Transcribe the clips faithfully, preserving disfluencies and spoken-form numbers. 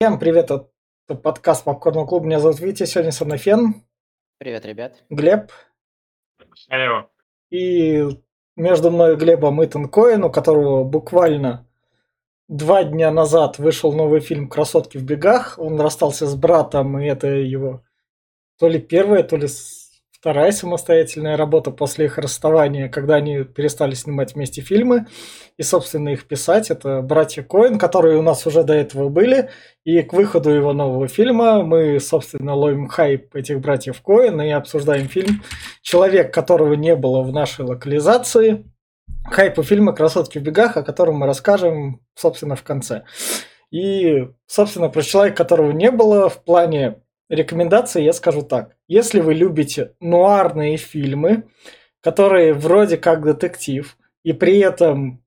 Всем привет, это подкаст Попкорн Клуб. Меня зовут Витя, сегодня со мной Фен, Привет, ребят. Глеб Алло. и между мной и Глебом Итан Коэн, у которого буквально два дня назад вышел новый фильм «Красотки в бегах». Он расстался с братом, и это его то ли первая, то ли с- вторая самостоятельная работа после их расставания, когда они перестали снимать вместе фильмы и, собственно, их писать. Это братья Коэн, которые у нас уже до этого были. И к выходу его нового фильма мы, собственно, ловим хайп этих братьев Коэн и обсуждаем фильм «Человек, которого не было в нашей локализации». Хайп у фильма «Красотки в бегах», о котором мы расскажем, собственно, в конце. И, собственно, про человека, которого не было в плане рекомендаций, я скажу так. Если вы любите нуарные фильмы, которые вроде как детектив, и при этом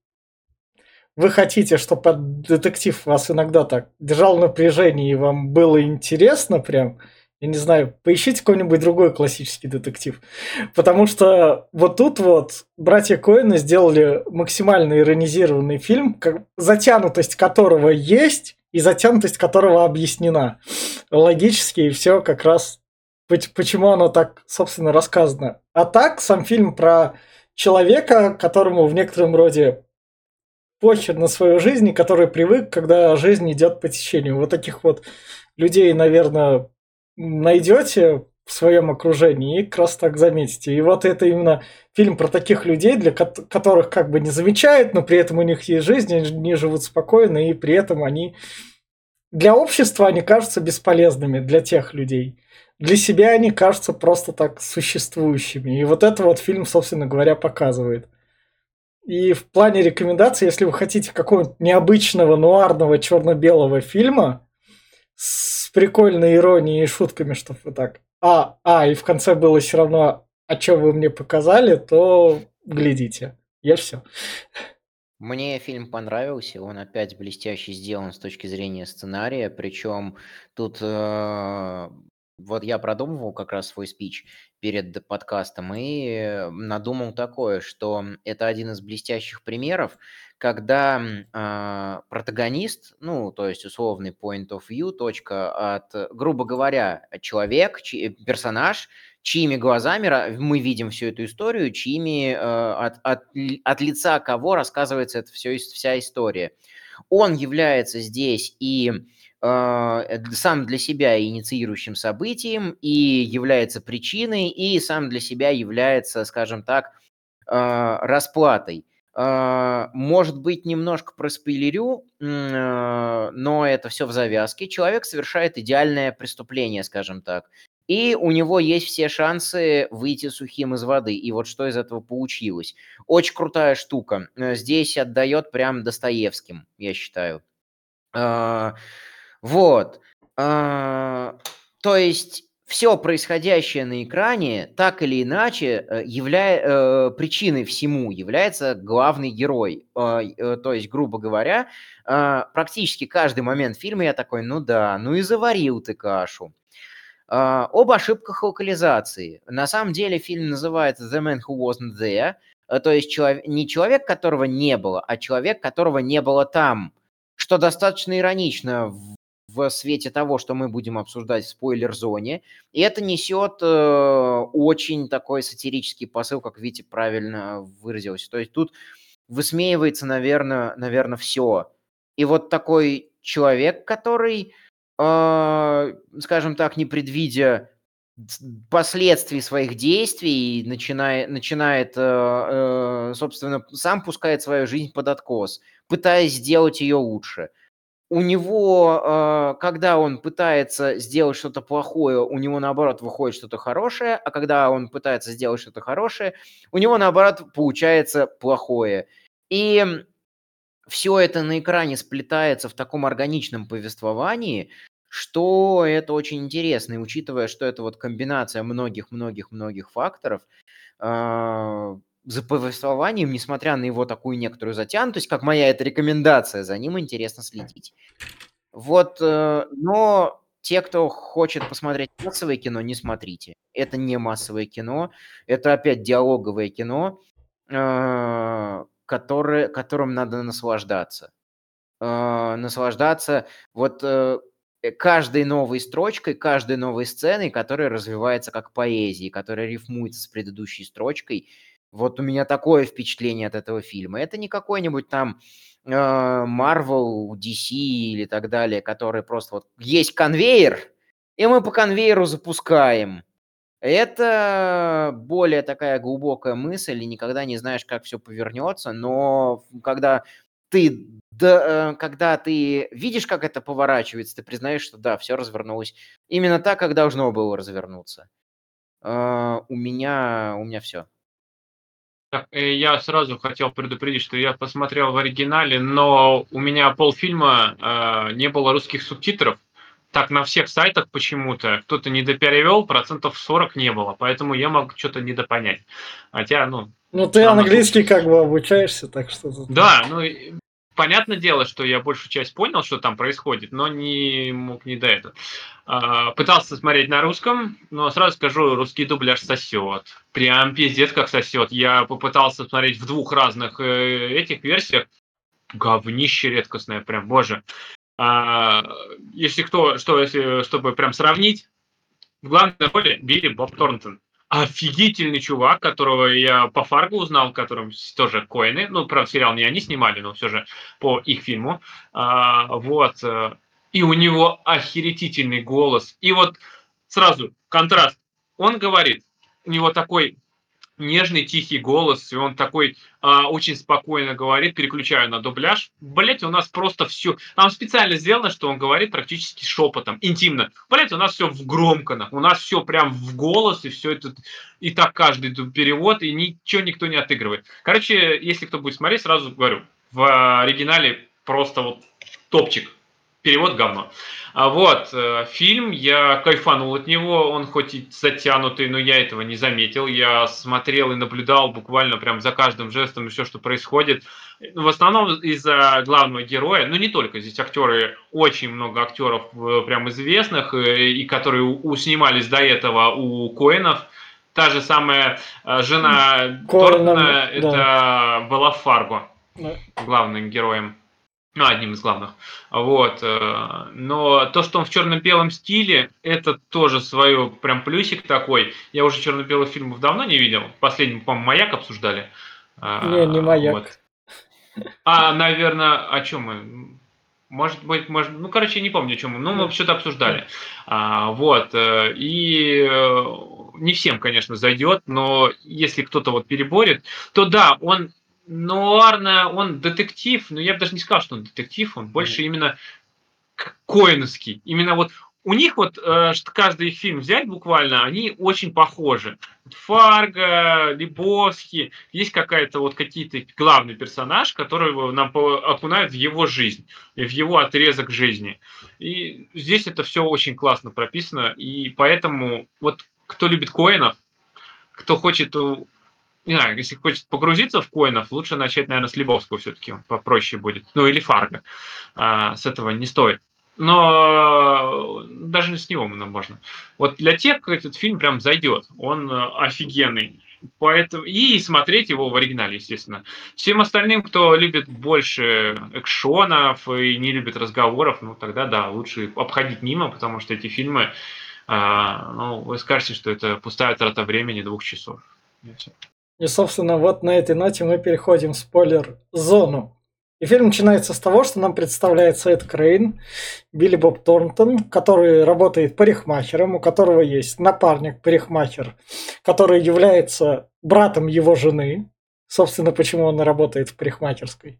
вы хотите, чтобы детектив вас иногда так держал в напряжении, и вам было интересно прям, я не знаю, поищите какой-нибудь другой классический детектив. Потому что вот тут вот братья Коэны сделали максимально иронизированный фильм, как, затянутость которого есть, и затянутость которого объяснена. Логически, и все как раз поч- почему оно так, собственно, рассказано. А так, сам фильм про человека, которому в некотором роде похер на свою жизнь, и который привык, когда жизнь идет по течению. Вот таких вот людей, наверное, найдете в своем окружении и как раз так заметите. И вот это именно фильм про таких людей, для ко- которых как бы не замечают, но при этом у них есть жизнь, они живут спокойно, и при этом они для общества они кажутся бесполезными, для тех людей. Для себя они кажутся просто так существующими. И вот это вот фильм, собственно говоря, показывает. И в плане рекомендаций, если вы хотите какого-нибудь необычного нуарного черно-белого фильма с прикольной иронией и шутками, чтобы вы так... А, а, и в конце было все равно, о чем вы мне показали, то глядите. Я все. Мне фильм понравился, он опять блестяще сделан с точки зрения сценария, причем тут э, вот я продумывал как раз свой спич перед подкастом и э, надумал такое, что это один из блестящих примеров, когда м, а, протагонист, ну, то есть условный point of view, точка от, э, грубо говоря, человек, чьи- персонаж, чьими глазами ра- мы видим всю эту историю, чьими э, от, от, ли- от лица кого рассказывается эта все, вся история. Он является здесь и э, сам для себя инициирующим событием, и является причиной, и сам для себя является, скажем так, э, расплатой. Э, Может быть, немножко проспойлерю, м, э, но это все в завязке. Человек совершает идеальное преступление, скажем так. И у него есть все шансы выйти сухим из воды. И вот что из этого получилось. Очень крутая штука. Э, Здесь отдает прям Достоевским, я считаю. А, Вот. А, То есть все происходящее на экране так или иначе э, явля... э, причиной всему является главный герой. А, э, То есть, грубо говоря, а, практически каждый момент фильма я такой, ну да, ну и заварил ты кашу. А, об ошибках локализации. На самом деле фильм называется «The Man Who Wasn't There», э, то есть челов- не человек, которого не было, а человек, которого не было там, что достаточно иронично в, в свете того, что мы будем обсуждать в спойлер-зоне. И это несет э, очень такой сатирический посыл, как Витя правильно выразился. То есть тут высмеивается, наверное, наверное, все. И вот такой человек, который, а, скажем так, не предвидя ц последствий своих действий, начиная начинает, э, э, собственно, сам пускает свою жизнь под откос, пытаясь сделать ее лучше. У него, а, когда он пытается сделать что-то плохое, у него, наоборот, выходит что-то хорошее, а когда он пытается сделать что-то хорошее, у него, наоборот, получается плохое. И все это на экране сплетается в таком органичном повествовании, что это очень интересно. И учитывая, что это вот комбинация многих-многих-многих факторов, а, за повествованием, несмотря на его такую некоторую затянутость, как моя эта рекомендация, за ним интересно следить. Вот, э, но те, кто хочет посмотреть массовое кино, не смотрите. Это не массовое кино, это опять диалоговое кино, а, которое которым надо наслаждаться. А, наслаждаться. Вот, э каждой новой строчкой, каждой новой сценой, которая развивается как поэзия, которая рифмуется с предыдущей строчкой. Вот у меня такое впечатление от этого фильма. Это не какой-нибудь там э, Marvel, ди си или так далее, который просто вот есть конвейер, и мы по конвейеру запускаем. Это более такая глубокая мысль, и никогда не знаешь, как все повернется, но когда ты, да, э, когда ты видишь, как это поворачивается, ты признаешь, что да, все развернулось именно так, как должно было развернуться. Э, у меня, у меня все. Так, э, я сразу хотел предупредить, что я посмотрел в оригинале, но у меня полфильма э, не было русских субтитров. Так на всех сайтах почему-то кто-то недоперевел, процентов сорок не было, поэтому я мог что-то недопонять. Хотя, ну, Ну, всё ты равно английский слушай. как бы обучаешься, так что тут... Да, ну, и понятное дело, что я большую часть понял, что там происходит, но не мог не до этого. А, Пытался смотреть на русском, но сразу скажу, русский дубляж сосет. Прям пиздец как сосет. Я попытался смотреть в двух разных э, этих версиях. Говнище редкостное, прям, боже. А, если кто, что, если, чтобы прям сравнить, в главной роли Билли Боб Торнтон. Офигительный чувак, которого я по Фарго узнал, которым тоже Коэны. Ну, правда, сериал не они снимали, но все же по их фильму. А, вот. И у него охерительный голос. И вот сразу контраст. Он говорит, у него такой нежный, тихий голос, и он такой а, очень спокойно говорит, переключаю на дубляж. Блять, у нас просто все... Там специально сделано, что он говорит практически шепотом, интимно. Блять, у нас все в громко, у нас все прям в голос, и все это... И так каждый перевод, и ничего никто не отыгрывает. Короче, если кто будет смотреть, сразу говорю, в оригинале просто вот топчик. Перевод говно. А вот, э, фильм, я кайфанул от него, он хоть и затянутый, но я этого не заметил. Я смотрел и наблюдал буквально прям за каждым жестом и все, что происходит. В основном из-за главного героя, ну не только, здесь актеры, очень много актеров э, прям известных, э, и которые у, снимались до этого у Коэнов. Та же самая э, жена Коэном, Тортона, да. это была в Фарго, Да. главным героем. Ну, одним из главных. Вот. Но то, что он в черно-белом стиле, это тоже свое прям плюсик такой. Я уже черно-белых фильмов давно не видел. Последний, по-моему, «Маяк» обсуждали. Не, не Вот. маяк. А, наверное, о чем мы? Может быть, может... Ну, короче, не помню, о чем мы. Ну, мы Да. что-то обсуждали. А, вот. И не всем, конечно, зайдет, но если кто-то вот переборет, то да, он нуарно, он детектив, но я бы даже не сказал, что он детектив, он больше mm-hmm. именно коэновский. Именно вот у них вот э, каждый их фильм взять буквально, они очень похожи. Фарго, Лебовский, есть какая-то вот какие-то главный персонаж, который нам окунает в его жизнь, в его отрезок жизни. И здесь это все очень классно прописано, и поэтому вот кто любит коэнов, кто хочет, не знаю, если хочет погрузиться в коэнов, лучше начать, наверное, с Лебовского все-таки, попроще будет. Ну, или Фарго. А, с этого не стоит. Но даже с него можно. Вот для тех этот фильм прям зайдет. Он офигенный. Поэтому... И смотреть его в оригинале, естественно. Всем остальным, кто любит больше экшонов и не любит разговоров, ну, тогда, да, лучше обходить мимо, потому что эти фильмы, а, ну, вы скажете, что это пустая трата времени двух часов. И, собственно, вот на этой ноте мы переходим в спойлер-зону. И фильм начинается с того, что нам представляется Эд Крейн, Билли Боб Торнтон, который работает парикмахером, у которого есть напарник-парикмахер, который является братом его жены. Собственно, почему он работает в парикмахерской.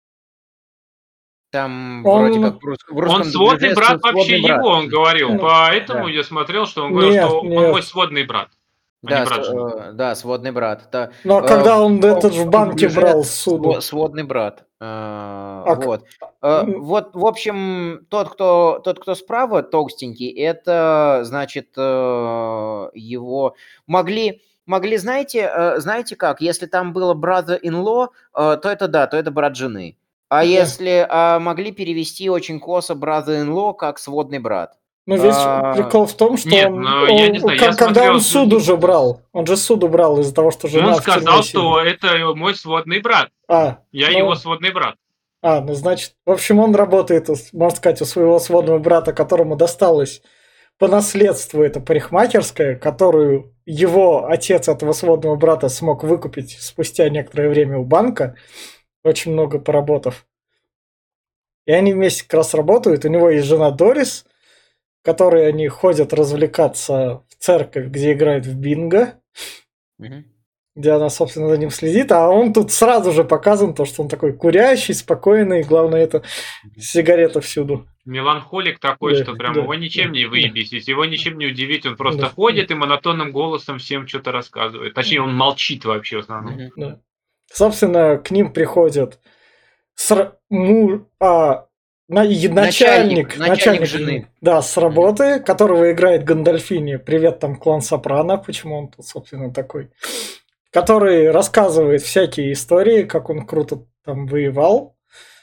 Там он, вроде как в русском, в русском он сводный брат, вообще брат. его, он говорил. Ну, Поэтому да. я смотрел, что он говорил, нет, что нет. он мой сводный брат. Да, брат с, да, сводный брат. Да. Но э, когда он э, этот в банке брал суду. Сводный брат. А, вот. А, вот, в общем, тот, кто, тот, кто справа, толстенький, это, значит, его могли... Могли, знаете, знаете как, если там было brother-in-law, то это да, то это брат жены. А да. если а, могли перевести очень косо brother-in-law как сводный брат. Ну, весь а... прикол в том, что Нет, он, ну, он, я не знаю, как, я когда смотрел... он суд уже брал, он же суд убрал из-за того, что жена Он в сказал, что это мой сводный брат. А, я ну... его сводный брат. А, ну значит, в общем, он работает, можно сказать, у своего сводного брата, которому досталось по наследству эта парикмахерская, которую его отец этого сводного брата смог выкупить спустя некоторое время у банка, очень много поработав. И они вместе как раз работают. У него есть жена Дорис, которой они ходят развлекаться в церковь, где играют в бинго, Мгм. где она, собственно, за ним следит, а он тут сразу же показан, то, что он такой курящий, спокойный, и главное, это Мгм. сигарета всюду. Меланхолик такой, Да, что прям да, его ничем да, не да, выебись, его ничем не удивить, он просто да, ходит и монотонным голосом всем что-то рассказывает. Точнее, он молчит вообще в основном. Мгм. да. Собственно, к ним приходят сра- му- а, на- и Начальник, начальник, начальник жены. да, с Мгм. работы, которого играет Гандальфини. Привет, там, клан Сопрано, почему он тут, собственно, такой. Который рассказывает всякие истории, как он круто там воевал.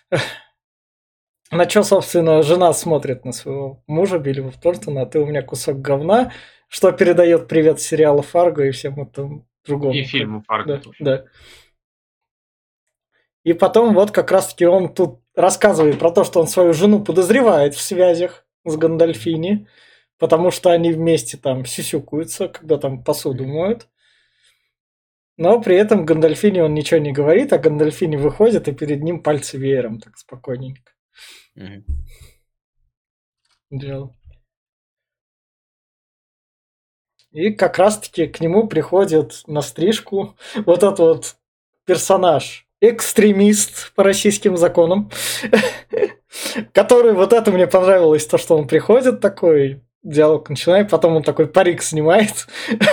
На что, собственно, жена смотрит на своего мужа Билли Тортона, а ты у меня кусок говна, что передает привет сериалу Фарго и всем этому другому. И фильму Фарго Да, тоже. да. И потом вот как раз-таки он тут рассказывает про то, что он свою жену подозревает в связях с Гандальфини, потому что они вместе там сюсюкаются, когда там посуду Мгм. моют. Но при этом Гандальфини он ничего не говорит, а Гандальфини выходит, и перед ним пальцы веером так спокойненько Мгм. делал. И как раз-таки к нему приходит на стрижку вот этот вот персонаж, экстремист по российским законам, который, вот это мне понравилось, то, что он приходит такой, диалог начинает, потом он такой парик снимает,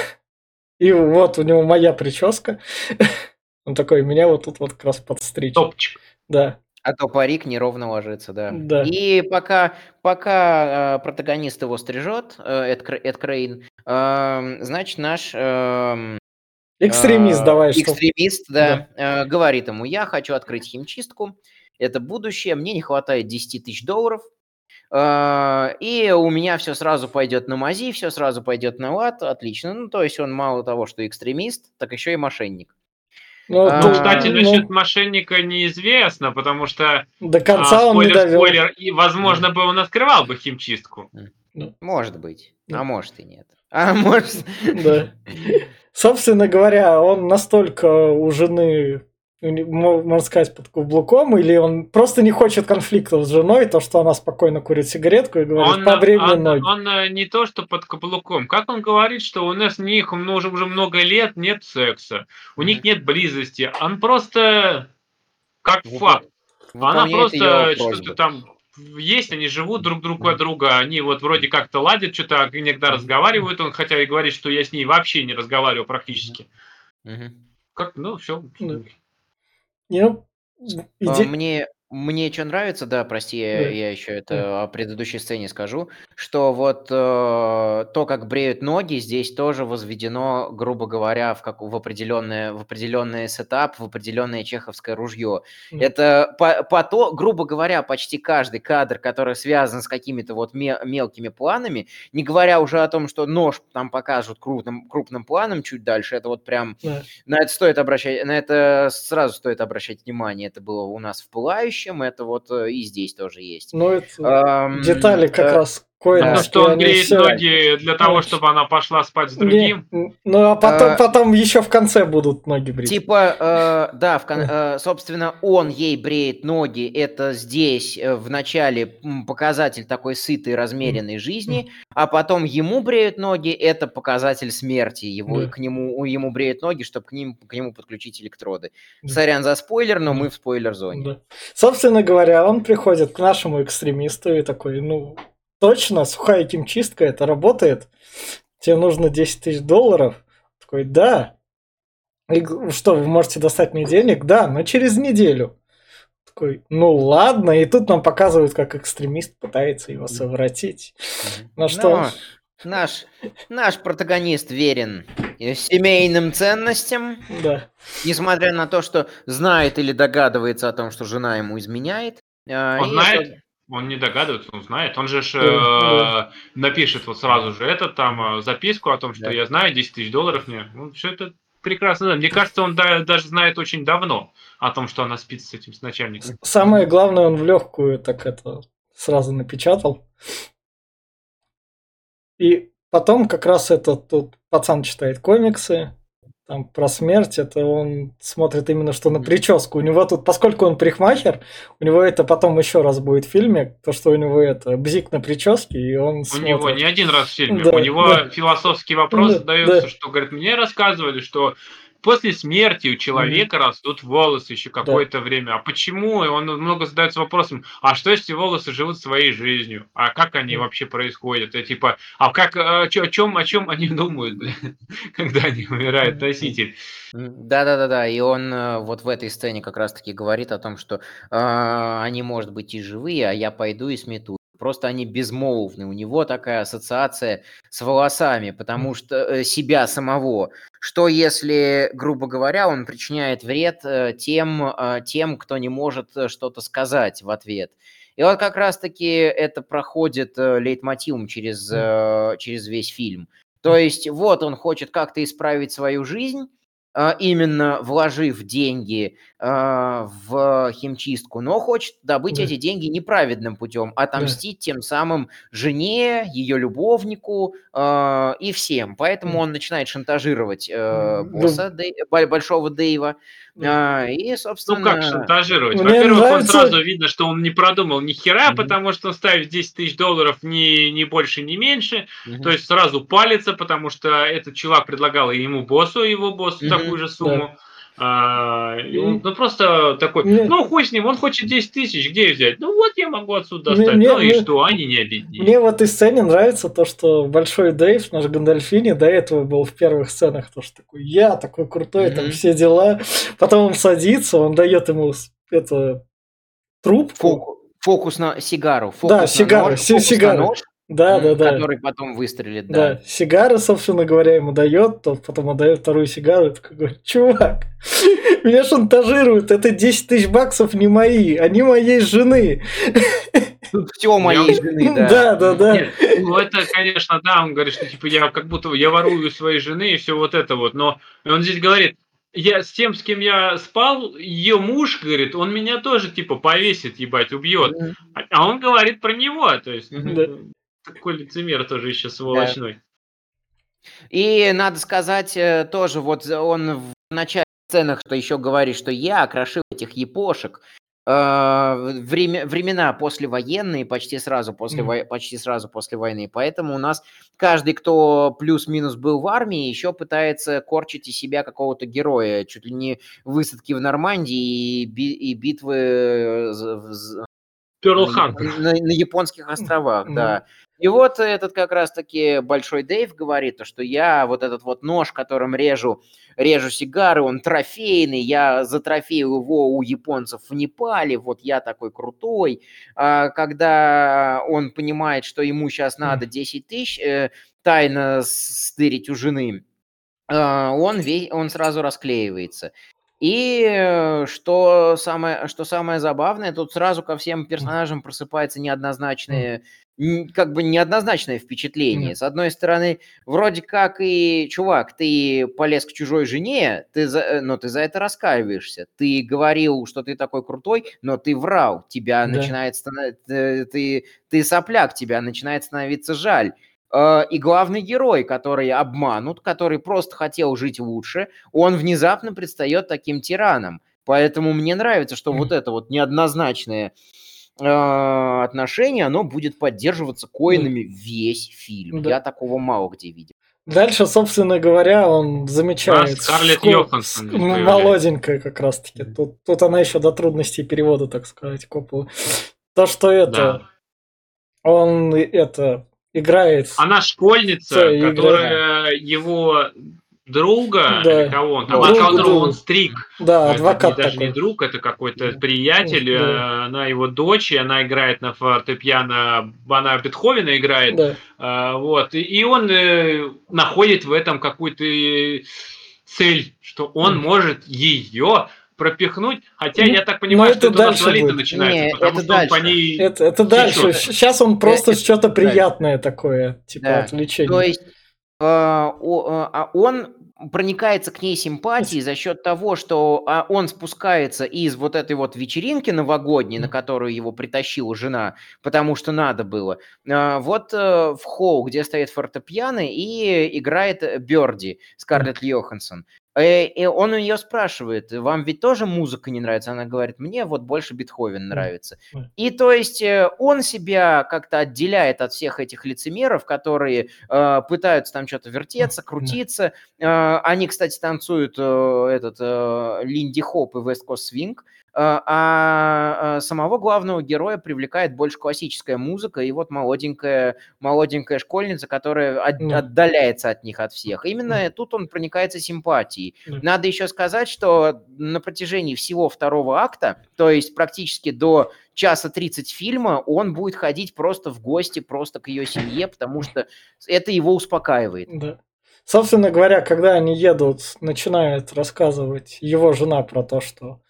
и вот у него моя прическа. Он такой, меня вот тут вот как раз подстричь. Топчик. Да, А то парик неровно ложится, да. да. И пока, пока э, протагонист его стрижет, э, Эд, Кр- Эд Крейн, эм, значит, наш эм, Экстремист э, давай, что... экстремист, Да. да, э, говорит ему: я хочу открыть химчистку, это будущее, мне не хватает десять тысяч долларов, э, и у меня все сразу пойдет на мази, все сразу пойдет на лад, отлично. Ну, то есть он мало того, что экстремист, так еще и мошенник. Ну, Ну, тут, кстати, А, насчет ну, мошенника неизвестно, потому что, до а, конца он не спойлер, довел. спойлер, и, возможно, бы он открывал бы химчистку. м, Ну, Может быть, а ну, может и нет. А может... да. Собственно говоря, он настолько у жены, у не- мо- можно сказать, под каблуком, или он просто не хочет конфликтов с женой, то, что она спокойно курит сигаретку и говорит, Он, побрей мне он, ноги. он э, не то, что под каблуком. Как он говорит, что у нас них ну, уже, уже много лет нет секса, у них Мгм. нет близости. Он просто как Выпо- факт. Она Выполняет ее просто что-то просьбы. там есть, они живут друг друг от Мгм. друга, они вот вроде как-то ладят, что-то иногда Мгм. разговаривают, он хотя и говорит, что я с ней вообще не разговаривал Мгм. практически. Мгм. Как, ну, все. Да. И, ну, А, иде- Мне, мне что нравится, да, прости, я, да, я еще да, это о предыдущей сцене скажу, что вот э, то, как бреют ноги, здесь тоже возведено, грубо говоря, в, как, в, определенное, в определенный сетап, в определенное чеховское ружье. да, Это, по, по то, грубо говоря, почти каждый кадр, который связан с какими-то вот ме- мелкими планами, не говоря уже о том, что нож там покажут крупным, крупным планом чуть дальше, это вот прям да. на это стоит обращать, на это сразу стоит обращать внимание. Это было у нас в «Пылающем», это вот э, и здесь тоже есть. Но это Ам, детали как э, раз А то, да, что коиновские, он они греет детали, все... ноги для того, Ну, чтобы она пошла спать с не, другим, ну а потом, Э, потом еще в конце будут ноги брить. Типа, э, да, в кон- Да, э, собственно, он ей бреет ноги. Это здесь э, в начале м, показатель такой сытой, м, размеренной м, жизни, а потом ему бреют ноги. Это показатель смерти. Его да, к нему ему бреют ноги, чтобы к ним к нему подключить электроды. да, Сорян за спойлер, но да, мы в спойлер-зоне. да. Собственно говоря, он приходит к нашему экстремисту и такой, ну, точно, сухая химчистка, это работает? Тебе нужно десять тысяч долларов? Такой, да. И г- что, вы можете достать мне денег? Да, но через неделю. Такой, ну ладно, и тут нам показывают, как экстремист пытается его совратить. Мгм. На что, Но наш, наш протагонист верен э, семейным ценностям, да, несмотря на то, что знает или догадывается о том, что жена ему изменяет. А, он И это... знает, он не догадывается, он знает. Он же ж, да, да, э, напишет вот сразу же этот там Мгм. э, записку о том, что Да. я знаю, десять тысяч долларов мне. Ну, все это прекрасно знает. Мне кажется, он да, даже знает очень давно о том, что она спит с этим, с начальником. Самое главное, он в легкую так это сразу напечатал. И потом как раз этот тут пацан читает комиксы, там про смерть, это он смотрит именно что на прическу. У него тут, поскольку он парикмахер, у него это потом еще раз будет в фильме, то, что у него это бзик на прическе, и он У смотрит. него не один раз в фильме. Да, у него да. философский вопрос Да, задается, да. что, говорит, мне рассказывали, что после смерти у человека растут волосы еще какое-то время. А почему? И он много задается вопросом, а что если волосы живут своей жизнью? А как они Мгм. вообще происходят? И типа, а как, о, чё- о чем, о чем они думают, бля, когда они умирают, Мгм. носитель? М, Да-да-да-да, и он э, вот в этой сцене как раз-таки говорит о том, что а, они, может быть, и живые, а я пойду и смету. Просто они безмолвны. У него такая ассоциация с волосами, потому что э, себя самого. Что если, грубо говоря, он причиняет вред э, тем, э, тем, кто не может э, что-то сказать в ответ. И вот как раз-таки это проходит э, лейтмотивом через, э, через весь фильм. То есть вот он хочет как-то исправить свою жизнь, а, именно вложив деньги а, в химчистку, но хочет добыть Да. эти деньги неправедным путем, Да. отомстить тем самым жене, ее любовнику а, и всем. Поэтому Мгм. он начинает шантажировать э, М, босса, Дэй- Ба- большого Дэйва. Да. А, и, Ну как собственно, шантажировать? Мне Во-первых, он нравится. сразу видно, что он не продумал ни хера, мгм, потому что он ставит десять тысяч долларов ни, ни больше, ни меньше. То мгм, есть сразу палится, потому что этот чувак предлагал и ему боссу, его боссу такую мгм, же Да. сумму. А, и он, И ну просто такой, мне, ну хуй с ним, он хочет десять тысяч, где взять? Ну вот я могу отсюда мне, достать. мне, Ну и мне, что, они не обеднее. мне в этой сцене нравится то, что Большой Дэйв, наш Гандальфини, до этого был в первых сценах, то, что такой, я такой крутой, там мгм. все дела. Потом он садится, он дает ему с- это, трубку. Фоку- Фокус на сигару, Да, фокус на сигары, нож, си- фокус на сигары. нож, Да, да, м, да. который потом выстрелит, Да, да. сигары, собственно говоря, ему дает, тот потом отдает вторую сигару, и такой говорит, чувак, меня шантажируют, это десять тысяч баксов не мои, они моей жены. Тут все Я моей жены, да. Да, да, М. да. Нет, ну это, конечно, да, он говорит, что типа я как будто я ворую у своей жены и все вот это вот, но он здесь говорит, я с тем, с кем я спал, ее муж, говорит, он меня тоже типа повесит, ебать, убьет. Мгм. А а он говорит про него, то есть, Мгм. Да. ну, такой лицемер тоже еще Да. сволочной. И надо сказать, э, тоже вот за- он в начале сценах, что еще говорит, что я крошил этих япошек. А, в- время, времена послевоенные, почти сразу после, Мгм. вой- почти сразу после войны. Поэтому у нас каждый, кто плюс-минус был в армии, еще пытается корчить из себя какого-то героя. Чуть ли не высадки в Нормандии и, би- и битвы э, з- в- з- Перл на, Яп- Харбор. на- на японских островах, Мгм. да. И вот этот как раз-таки Большой Дэйв говорит, то, что я вот этот вот нож, которым режу, режу сигары, он трофейный, я затрофеил его у японцев в Непале, вот я такой крутой. А когда он понимает, что ему сейчас надо десять тысяч э, тайно с- стырить у жены, а, он, ве- он сразу расклеивается. И э, что самое, что самое забавное, тут сразу ко всем персонажам просыпается неоднозначное, н- как бы неоднозначное впечатление. Мгм. С одной стороны, вроде как и, чувак, ты полез к чужой жене, ты за, э, но ты за это раскаиваешься. Ты говорил, что ты такой крутой, но ты врал. Тебя Да. начинает становиться... Ты, ты сопляк, тебя начинает становиться жаль. Э, И главный герой, который обманут, который просто хотел жить лучше, он внезапно предстает таким тираном. Поэтому мне нравится, что вот Мгм. это вот неоднозначное э, отношение, оно будет поддерживаться Да. Коэнами весь фильм. Да. Я такого мало где видел. Дальше, собственно говоря, он У нас замечает Скарлетт шко- Йоханссон с- здесь м, появляется. молоденькая как раз-таки. Мгм. Тут, тут она еще до трудностей перевода, так сказать, копала. То, что это, Да. он и- это играет, Она ц- школьница, играет, которая его друга, или да, кого он там, Вот. от другу, которого он другу, стриг. да, Это не, адвокат даже не такой. друг, это какой-то Мгм. приятель. Да, э, Она его дочь, и она играет на фортепиано, она Бетховена играет. да. а, Вот. И- И он э, находит в этом какую-то э, цель, что он М. может ее пропихнуть. Хотя Ну, я так но понимаю, что это это у нас дальше Лолита будет. начинается, Не, потому это что он по дальше. ней Это, это дальше. течет. Сейчас он Э, просто Это что-то дальше. приятное такое, типа Да. То отвлечение. есть а, о- а, а он проникается к ней симпатией за счет того, что а, он спускается из вот этой вот вечеринки новогодней, на М. которую его притащила жена, потому что надо было, а, вот э, в холл, где стоит фортепиано, и играет э, Бёрди, Скарлетт Йоханссон. Э, И он у нее спрашивает: вам ведь тоже музыка не нравится? Она говорит: мне вот больше Бетховен Да. нравится. Да. И то есть э, он себя как-то отделяет от всех этих лицемеров, которые э, пытаются там что-то вертеться, Да. крутиться. Э, Они, кстати, танцуют э, этот э, Линди Хоп и West Coast Swing, э, а э, самого главного героя привлекает больше классическая музыка и вот молоденькая, молоденькая школьница, которая от- Да. отдаляется от них, от всех. Да. Именно тут он проникается симпатией. Да. Надо еще сказать, что на протяжении всего второго акта, то есть практически до часа тридцать фильма, он будет ходить просто в гости, просто к ее семье, потому что это его успокаивает. Да. Собственно говоря, когда они едут, начинает рассказывать его жена про то, что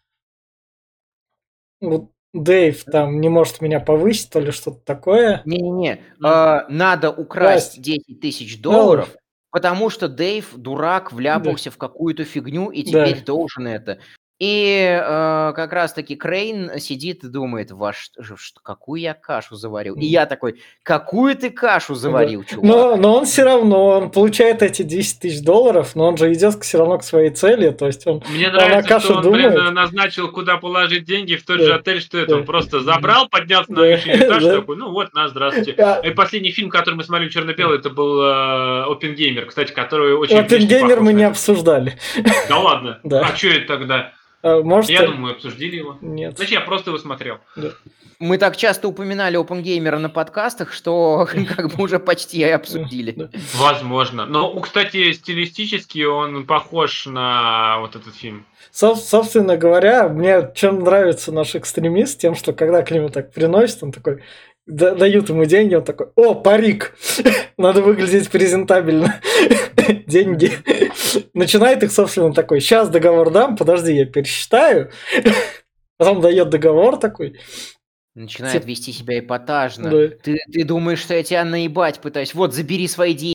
вот Дэйв там не может меня повысить, то ли что-то такое. Не-не-не, М. а, надо украсть Красть. десять тысяч Долларов. долларов, потому что Дэйв, дурак, Да. вляпался в какую-то фигню и Да. теперь должен это. И э, как раз-таки Крейн сидит и думает: во ш- ж- ш- какую я кашу заварил. И М. я такой: какую ты кашу Да. заварил, чувак? Но, но он все равно, он получает эти десять тысяч долларов, но он же идет все равно к своей цели, то есть он, Мне он о нравится, каше что он прям думает. назначил, куда положить деньги в тот же Да. отель, что это. Он Да. просто забрал, поднялся на Да. верхний этаж, Да. такой: ну вот, на, здравствуйте. А И последний фильм, который мы смотрели черно-белый, это был э, Оппенгеймер, кстати, который очень внешне Оппенгеймер похож мы на не этот. обсуждали. Да ладно? Да. А что это тогда? А, Может, Я э, думаю, мы обсудили его. нет. Значит, я просто его смотрел. Да. Мы так часто упоминали Оппенгеймера на подкастах, что как бы уже почти и обсудили. Да. Возможно. Но, кстати, стилистически он похож на вот этот фильм. Соб- Собственно говоря, мне чем нравится наш экстремист, тем, что когда к нему так приносят, он такой, да- дают ему деньги, он такой: о, парик, надо выглядеть презентабельно. Деньги. Начинает их, собственно, такой: сейчас договор дам, подожди, я пересчитаю. Потом дает договор такой. Начинает Тип- вести себя эпатажно. Да. Ты, ты думаешь, что я тебя наебать пытаюсь? Вот, забери свои деньги.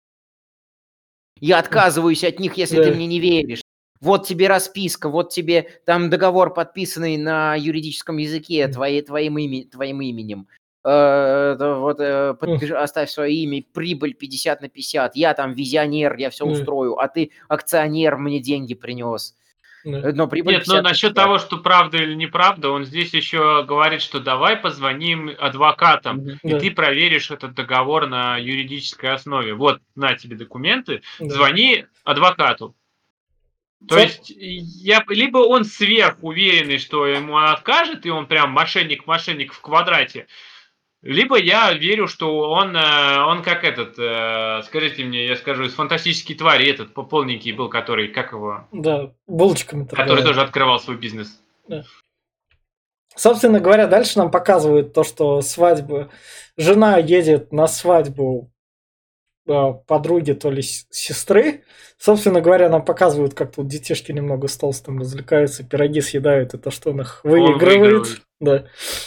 Я отказываюсь от них, если ты Да. мне не веришь. Вот тебе расписка, вот тебе там договор, подписанный на юридическом языке М. твоей, твоим, име- твоим именем. Э, это вот э, М. подпиши- оставь свое имя, прибыль пятьдесят на пятьдесят. Я там визионер, я все Да. устрою, а ты акционер, мне деньги принес. Да. Но прибыль Нет, но пятьдесят на насчет пятьдесят. того, что правда или неправда, он здесь еще говорит, что давай позвоним адвокатам, Мгм. и Да. ты проверишь этот договор на юридической основе. Вот, на тебе документы, Да. звони адвокату. То Соб- есть, я, либо он сверхуверенный, что ему откажет, и он прям мошенник-мошенник в квадрате, либо я верю, что он, э, он как этот, э, скажите мне, я скажу, из «Фантастической твари», этот полненький был, который, как его, Да, булочками который торговал. тоже открывал свой бизнес. Да. Собственно говоря, дальше нам показывают то, что свадьба... Жена едет на свадьбу а, подруги, то ли с- сестры. Собственно говоря, нам показывают, как тут детишки немного с толстым развлекаются, пироги съедают, и то, что он их Он выигрывает. выигрывает. Да.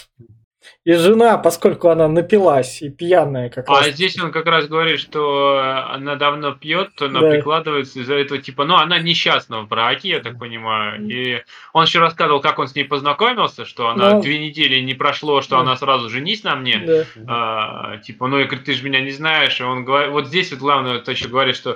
И жена, поскольку она напилась и пьяная как А раз... здесь он как раз говорит, что она давно пьет, то она Да. прикладывается из-за этого, типа, ну, она несчастна в браке, я так понимаю. И он еще рассказывал, как он с ней познакомился, что она Но- две недели не прошло, что Да. она сразу женись на мне. Да. А, типа, ну, я говорю, ты же меня не знаешь. И он говорит, вот здесь вот главное, то еще говорит, что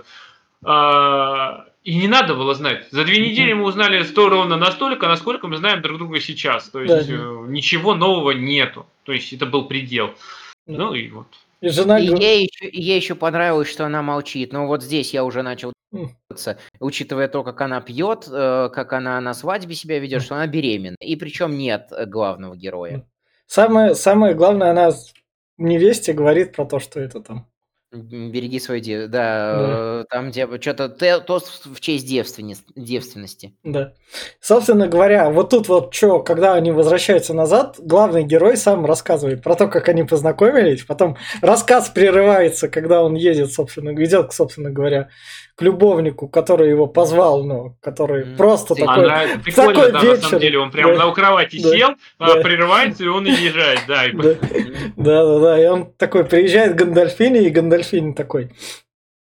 а, и не надо было знать. За две недели мы узнали сто ровно настолько, насколько мы знаем друг друга сейчас. То есть Да. э, ничего нового нету. То есть это был предел. Да. Ну и вот. И жена... И го- ей еще, и ей еще понравилось, что она молчит. Но вот здесь я уже начал М. догадываться, учитывая то, как она пьет, э, как она на свадьбе себя ведет, М. что она беременна. И причем нет э, главного героя. Самое, самое главное, она невесте говорит про то, что это там. М, Береги свою деву. Да. Да, э, там где что-то тост в честь девственни- девственности. Да. Собственно говоря, вот тут вот что, когда они возвращаются назад, главный герой сам рассказывает про то, как они познакомились. Потом рассказ прерывается, когда он едет, собственно, идет, собственно говоря, к любовнику, который его позвал, ну, который М, просто ты- А такой, на- прикольно, такой да, на самом вечер. деле. Он прям Да. на кровати Да. сел, а, Да. прерывается, и он и езжает, да. и- Да. М. Да, да, да. И он такой приезжает к Гандальфини, и Гандальфини такой: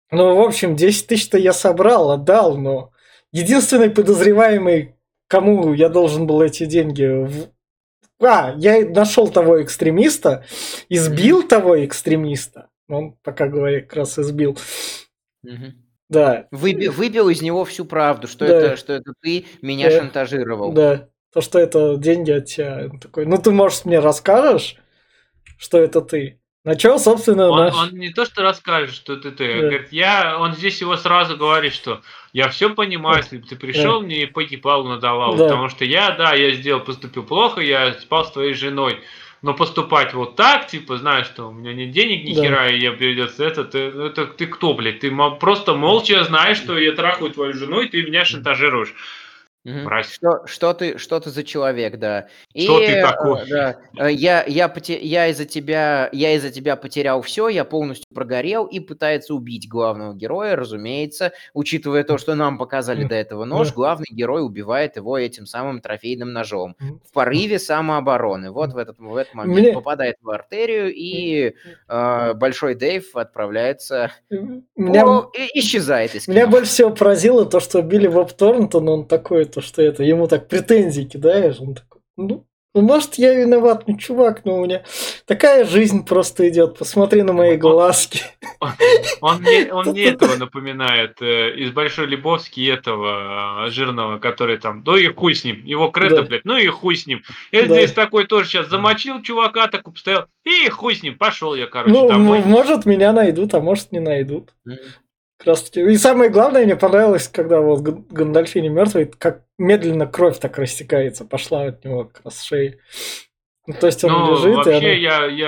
Ну, в общем, десять тысяч-то я собрал, отдал, но единственный подозреваемый, кому я должен был эти деньги... в- А, я нашел того экстремиста, избил Мгм. того экстремиста. Он, пока говоря, как раз избил. Мгм. Да, Выби- Выбил из него всю правду, что да, это, что это ты меня да, шантажировал. да. То, что это деньги от тебя. Он такой, ну ты, может, мне расскажешь, что это ты? На чё, собственно, Он, он наш... не то, что расскажет, что ты ты, Да, говорит, я, он здесь его сразу говорит, что я все понимаю, если бы ты да, пришел мне и по ебалу надавал, да, потому что я, да, я сделал, поступил плохо, я спал с твоей женой, но поступать вот так, типа, знаешь, что у меня нет денег ни да. хера, и я придется это, ты, ну, это ты кто, блядь, ты мо- просто молча знаешь, что я трахаю твою жену, и ты меня шантажируешь. Мгм. Мразь, Что, что ты, что ты за человек, да. кто И ты э, такой? да, э, я, я, поте- я из-за тебя, я из-за тебя потерял все, я полностью прогорел и пытается убить главного героя, разумеется, учитывая то, что нам показали до этого нож, Да. главный герой убивает его этим самым трофейным ножом М. в порыве самообороны. Вот в этот, в этот момент Мне, попадает в артерию, и э, Большой Дэйв отправляется меня, по... и- исчезает из меня кино. больше всего поразило то, что Билли Боб Торнтон, он такой, то, что это, ему так претензии кидаешь, он такой, ну, ну, может, я виноват, ну, чувак, ну, у меня такая жизнь просто идет, посмотри на мои Он, глазки. Он, он мне, он мне Тут- этого напоминает э, из Большой Лебовски этого э, жирного, который там, ну и хуй с ним, его кредо, Да, блядь, ну и хуй с ним. Я здесь да. такой тоже сейчас замочил чувака, так постоял, и хуй с ним, пошел я, короче, Ну, м- домой. может, меня найдут, а может, не найдут. Мгм. Как раз таки. И самое главное, мне понравилось, когда вот Ган- Гандальфини мертвый, как медленно кровь так растекается, пошла от него как раз с шеи. Ну, то есть он Ну, лежит, и вообще, она... я, я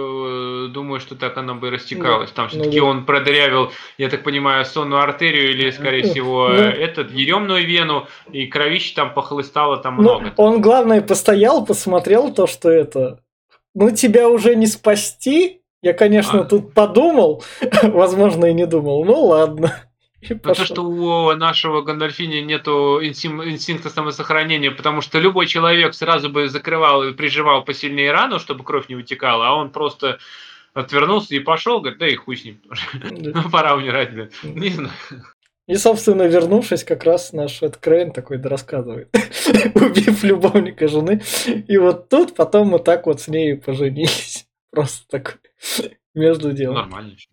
э, думаю, что так оно бы и Да, растекалось. Там ну все-таки да. он продырявил, я так понимаю, сонную артерию или, скорее Э, всего, Ну, этот, еремную вену, и кровищи там похлыстало там ну, много. он, главное, постоял, посмотрел то, что это... Ну, тебя уже не спасти. Я, конечно, А, тут подумал, возможно, и не думал. Ну, ладно. И Ну, то, что пошел. у нашего Гандальфини нету инсим- инстинкта самосохранения, потому что любой человек сразу бы закрывал и прижимал посильнее рану, чтобы кровь не вытекала, а он просто отвернулся и пошел, говорит, да и хуй с ним. Да. Ну, пора умирать, блин. Не знаю. И, собственно, вернувшись, как раз наш Эд Крейн такой да рассказывает, убив любовника жены. И вот тут потом мы так вот с ней поженились. Просто такой между Ну, делом. нормально. ещё.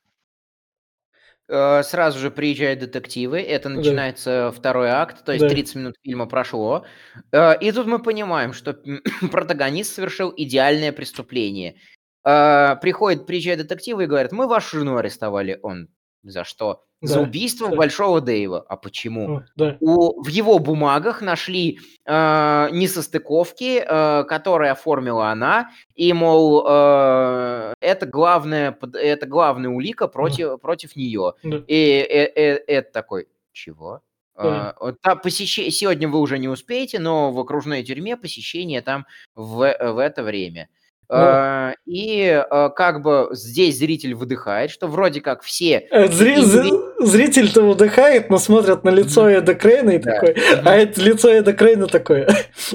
Э, Сразу же приезжают детективы, это Да, начинается второй акт, то есть да, тридцать минут фильма прошло. Э, И тут мы понимаем, что протагонист совершил идеальное преступление. Э, Приходит, приезжают детективы и говорят, мы вашу жену арестовали. Он, за что? За да, убийство да, Большого Дэйва. А почему? о, да, У, в его бумагах нашли э, несостыковки, э, которые оформила она, и, мол, э, это, главная, под- это главная улика да, против, против нее. да, И э, э, это такой, чего? да. А, вот та посещи- Сегодня вы уже не успеете, но в окружной тюрьме посещение там в, э, в это время. Ну, А, И э, как бы здесь зритель выдыхает, что вроде как все э, и, зри- и не ви- з- зритель-то выдыхает, но смотрят на лицо Мгм. Эда Крейна и Да. такой, а Мгм. это лицо Эда Крейна такое.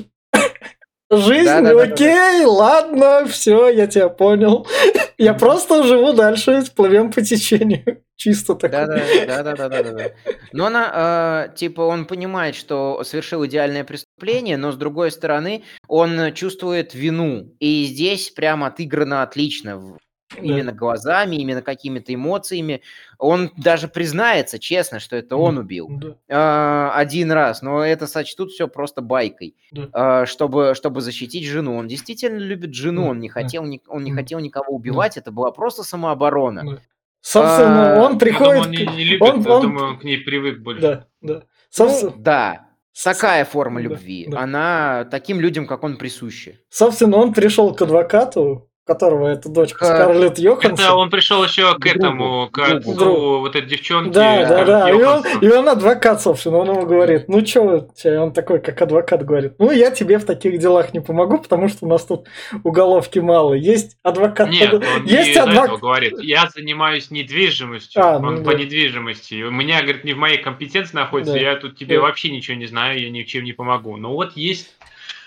Жизнь, Да-да-да-да-да. окей, ладно, все, я тебя понял. Я Мгм. просто живу дальше, плывем по течению. Чисто такой. Да-да, да-да-да-да-да-да. Но она, э, типа, он понимает, что совершил идеальное преступление, но с другой стороны, он чувствует вину. И здесь прям отыграно отлично. в- Да, Именно глазами, именно какими-то эмоциями. Он даже признается честно, что это да, он убил. да, А, Один раз, но это сочтут все просто байкой, да, а, чтобы, чтобы защитить жену. Он действительно любит жену, да, он не да, хотел, ни- он не м, хотел никого да, убивать, это была просто самооборона. да. Собственно, А, он Я думаю, приходит, он к- не, не любит, он, я он, думаю, он к ней привык больше. да, да. Ну Собственно, да, с- такая форма да, любви. да. Она таким людям, как он, присуща. Собственно, он пришел к адвокату, которого это дочка К, Скарлетт Это Йоханссон. он пришел еще к к другу, этому, к к другу. Друг. отцу вот этой девчонки Да, да, Да. да. И он, Йоханссон. и он адвокат, собственно, он ему говорит, ну что, он такой, как адвокат, говорит, ну я тебе в таких делах не помогу, потому что у нас тут уголовки мало. Есть адвокат, Нет, под- он есть не из-за этого адвокат. говорит. Я занимаюсь недвижимостью. А, Он ну по да, недвижимости. У меня, говорит, не в моей компетенции находится. да, Я тут тебе да. вообще ничего не знаю, я ничем не помогу. Но вот есть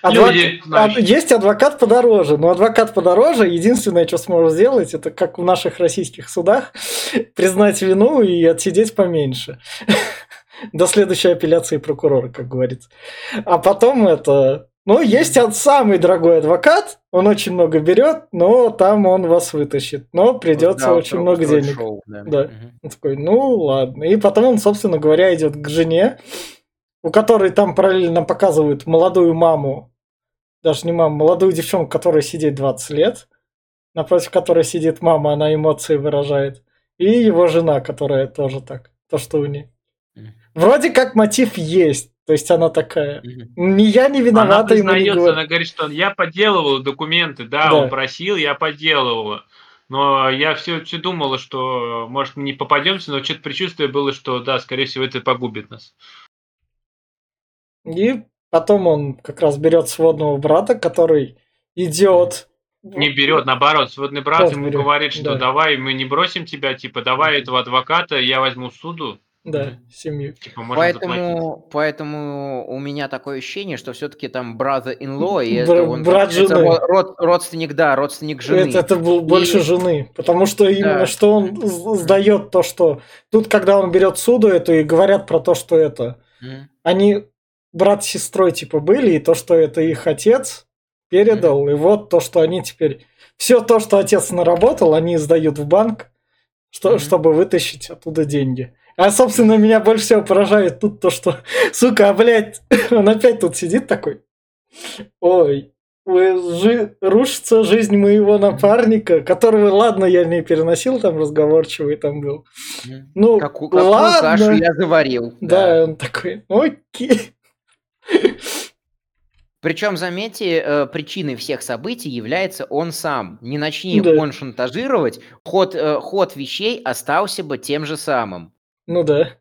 Адвок- Люди, ад- знающие. Есть адвокат подороже, но адвокат подороже, единственное, что сможет сделать, это как в наших российских судах, признать вину и отсидеть поменьше. До следующей апелляции прокурора, как говорится. А потом это... Ну, есть от- самый дорогой адвокат, он очень много берет, но там он вас вытащит. Но придется Да, очень устро- много устроить денег. шоу, да. Да. Мгм. Он такой, ну ладно. И потом он, собственно говоря, идет к жене, у которой там параллельно показывают молодую маму, даже не маму, молодую девчонку, которая сидит двадцать лет, напротив которой сидит мама, она эмоции выражает, и его жена, которая тоже так, то, что у нее. Мгм. Вроде как мотив есть, то есть она такая, Мгм. ни я не Она виновата, ему не признается, говорю. она говорит, что я подделывала документы, да, он Да. просил, я подделывала. Но я все, все думала, что, может, мы не попадемся, но что-то предчувствие было, что, да, скорее всего, это погубит нас. И потом он как раз берет сводного брата, который идет. Не берет, наоборот, сводный брат Вот ему берет, говорит, что да. давай мы не бросим тебя, типа, давай этого адвоката, я возьму суду, Да, Мгм. семью. типа, можно заплатить. Поэтому, поэтому у меня такое ощущение, что все-таки там brother-in-law, и Бр- это он, брат получается, жены. ро- род- родственник, да, родственник жены. Это, это был больше И- жены, потому что именно Да. что он с- сдает то, что тут, когда он берет суду эту и говорят про то, что это Мгм. они брат с сестрой типа были, и то, что это их отец передал, и вот то, что они теперь все то, что отец наработал, они сдают в банк, что, Мгм. чтобы вытащить оттуда деньги. А, собственно, меня больше всего поражает тут то, что, сука, а, блядь, он опять тут сидит такой. Ой, вы жи- рушится жизнь моего напарника, которого, ладно, я не переносил, там разговорчивый там был. Мгм. Ну, Каку- какую ладно. кашу я заварил. Да, он такой, окей. Причем, заметьте, э, причиной всех событий является он сам. Не начни Да. он шантажировать, ход, э, ход вещей остался бы тем же самым. Ну да.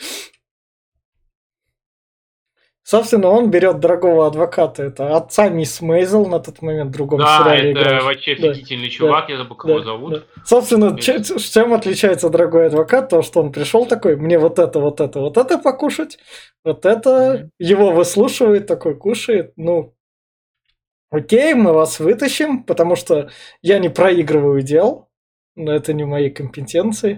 Собственно, он берет дорогого адвоката. Это отца мисс Мейзел на тот момент в другом Да, сериале это играл. вообще Да, офигительный чувак, я забыл, как его Да, зовут. да. Собственно, Я че- не- чем отличается дорогой адвокат? То, что он пришел такой, мне вот это, вот это, вот это покушать, вот это, Мгм. его выслушивает, такой кушает. Ну, окей, мы вас вытащим, потому что я не проигрываю дел, но это не мои компетенции.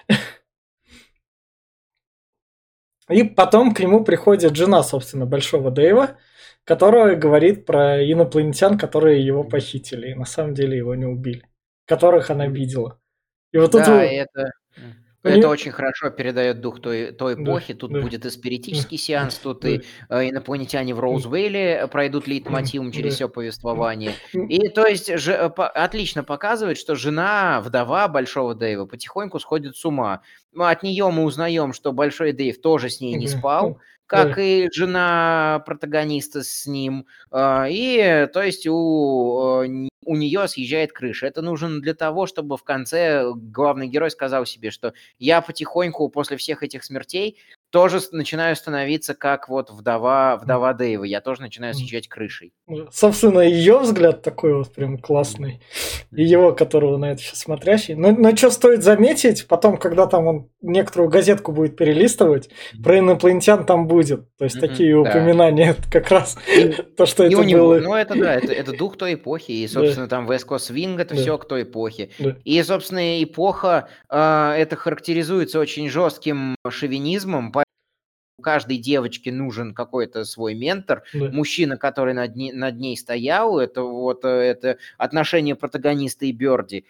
И потом к нему приходит жена, собственно, Большого Дэйва, которая говорит про инопланетян, которые его похитили, и на самом деле его не убили, которых она видела. И вот тут Да, вот- и это, м, у это неё- очень хорошо передает дух той, той Да, эпохи. Тут да. будет и спиритический сеанс, тут Да. и э, инопланетяне в Роузвейле пройдут лейтмотивом через Да. все повествование. М. И то есть же, э, по- отлично показывает, что жена, вдова Большого Дэйва потихоньку сходит с ума. Ну, от нее мы узнаем, что Большой Дэйв тоже с ней не Да. спал, Да. как и жена протагониста с ним. А, И то есть у, э, н- у нее съезжает крыша. Это нужно для того, чтобы в конце главный герой сказал себе, что я потихоньку после всех этих смертей тоже с- начинаю становиться как вот вдова, вдова Дэйва. Я тоже начинаю съезжать крышей. Собственно, ее взгляд такой вот прям классный. И его, которого на это сейчас смотрящий. Но, но что стоит заметить, потом, когда там он некоторую газетку будет перелистывать, про инопланетян там будет. То есть Мгм, такие да. упоминания как раз. И- То, что И это у него, было. ну это да, это, это дух той эпохи, и, собственно, там West Coast Swing это Да. все к той эпохе. Да. И, собственно, эпоха, а, это характеризуется очень жестким шовинизмом, поэтому каждой девочке нужен какой-то свой ментор, Да. мужчина, который над, ней- над ней стоял, это вот э, это отношение протагониста и Бёрди.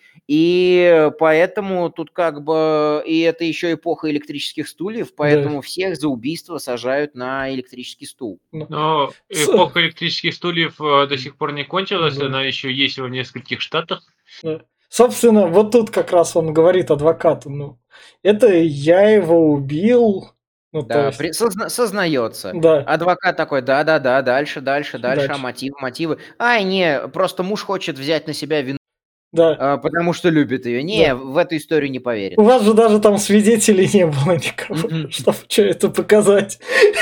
И поэтому тут как бы, и это еще эпоха электрических стульев, поэтому всех за убийство сажают на электрический стул. Но С- эпоха электрических стульев э, до сих пор не кончилась, Да. она еще есть в нескольких штатах. Да. Собственно, вот тут как раз он говорит адвокату, ну, это я его убил. Ну, то Да, есть, при- созна- сознается. да, Адвокат такой, да-да-да, дальше, дальше, дальше, а Дальше. мотивы, мотивы. Ай, не, просто муж хочет взять на себя вину, да. а, потому что любит ее. Не, Да. в эту историю не поверит. У вас же даже там свидетелей не было никого, Мгм. чтобы что это показать.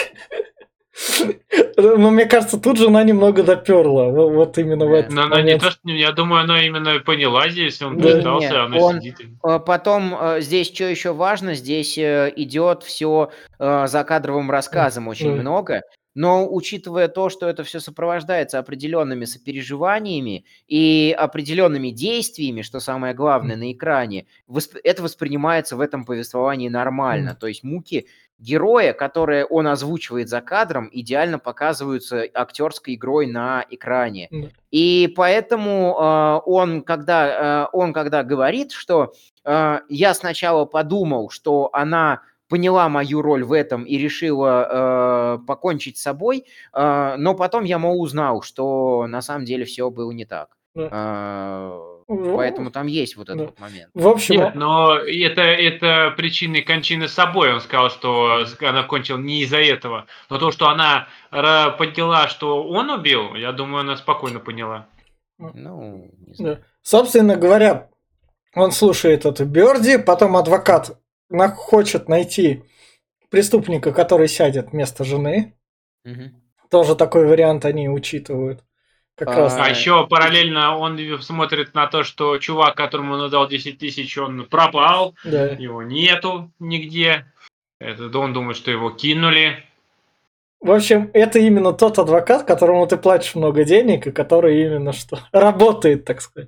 Но мне кажется, тут жена немного доперла. во- Вот именно в Да. этот Но она не момент. то, что, я думаю, она именно поняла здесь, он Да. прочитался, Не-не-не, она он- сидит. и- А Потом э, здесь что еще важно, здесь э, идет все за кадровым рассказом очень да. много. но учитывая то, что это все сопровождается определенными сопереживаниями и определенными действиями, что самое главное на экране, восп- это воспринимается в этом повествовании нормально. То есть муки героя, которые он озвучивает за кадром, идеально показываются актерской игрой на экране. Да. И поэтому э, он, когда, э, он когда говорит, что э, я сначала подумал, что она поняла мою роль в этом и решила э, покончить с собой, э, но потом я, мол, узнал, что на самом деле все было не так. Да. Э, Ну, поэтому там есть вот этот да. вот момент. В общем, Нет, но это, это причиной кончины собой. Он сказал, что она кончила не из-за этого. Но то, что она ра- поняла, что он убил, я думаю, она спокойно поняла. Ну, не да. знаю. Собственно говоря, он слушает эту Бёрди, потом адвокат на- хочет найти преступника, который сядет вместо жены. Мгм. Тоже такой вариант они учитывают. Как А, раз. А еще параллельно он смотрит на то, что чувак, которому он дал десять тысяч, он пропал, Да. его нету нигде. Это, да, он думает, что его кинули. В общем, это именно тот адвокат, которому ты платишь много денег, и который именно что работает, так сказать.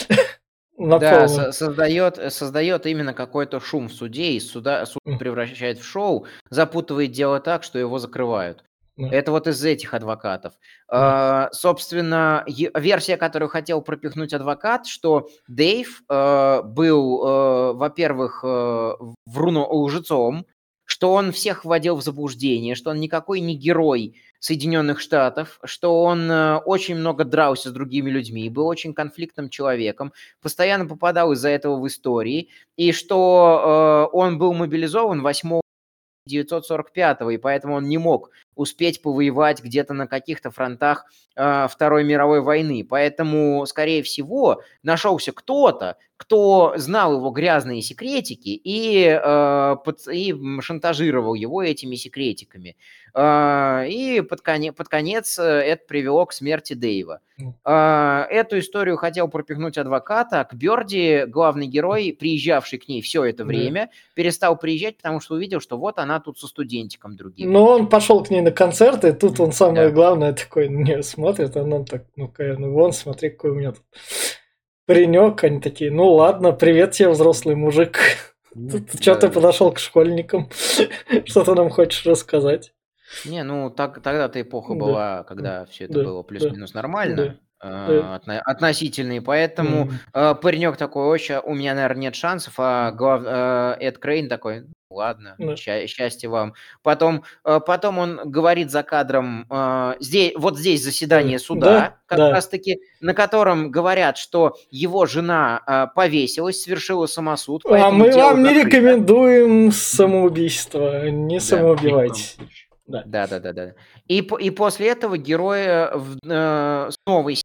На Да, полную. со- создает, создает именно какой-то шум в суде, и суда, суд М. превращает в шоу, запутывает дело так, что его закрывают. Да. Это вот из этих адвокатов. А, собственно, е- версия, которую хотел пропихнуть адвокат, что Дэйв э, был, э, во-первых, э, вруно- лжецом, что он всех вводил в заблуждение, что он никакой не герой Соединенных Штатов, что он э, очень много дрался с другими людьми, был очень конфликтным человеком, постоянно попадал из-за этого в истории, и что э, он был мобилизован восьмого тысяча девятьсот сорок пятого, и поэтому он не мог успеть повоевать где-то на каких-то фронтах э, Второй мировой войны. Поэтому, скорее всего, нашелся кто-то, кто знал его грязные секретики и, э, под- и м, шантажировал его этими секретиками. Э, и под конец, под конец э, это привело к смерти Дэйва. М. Э, Эту историю хотел пропихнуть адвоката, а к Бёрди, главный герой, приезжавший к ней все это Да. время, перестал приезжать, потому что увидел, что вот она тут со студентиком другим. Но он пошел к ней на концерт, и тут он самое Да. главное такой на нее смотрит, а он так, ну-ка, ну вон, смотри, какой у меня тут паренек. Они такие, ну ладно, привет тебе, взрослый мужик. Ну, Что ты да-да-да. подошел к школьникам? Что ты нам хочешь рассказать? Не, ну так, тогда-то эпоха Да. была, когда все это Да, было да, плюс-минус нормально, э, да. отно- относительно, и поэтому М. э, паренек такой, ой, ща- у меня, наверное, нет шансов, а глав- э, Эд Крейн такой, «Ну, ладно, Да. ща- счастья вам. Потом, э, потом он говорит за кадром, э, здесь, вот здесь заседание Да, суда, да, как да. раз-таки, на котором говорят, что его жена э, повесилась, совершила самосуд, А поэтому мы дело вам не закрыто. рекомендуем самоубийство. Не Да. самоубивайтесь. Да. Да, да, да, да. И, по- и после этого героя в, э, с новой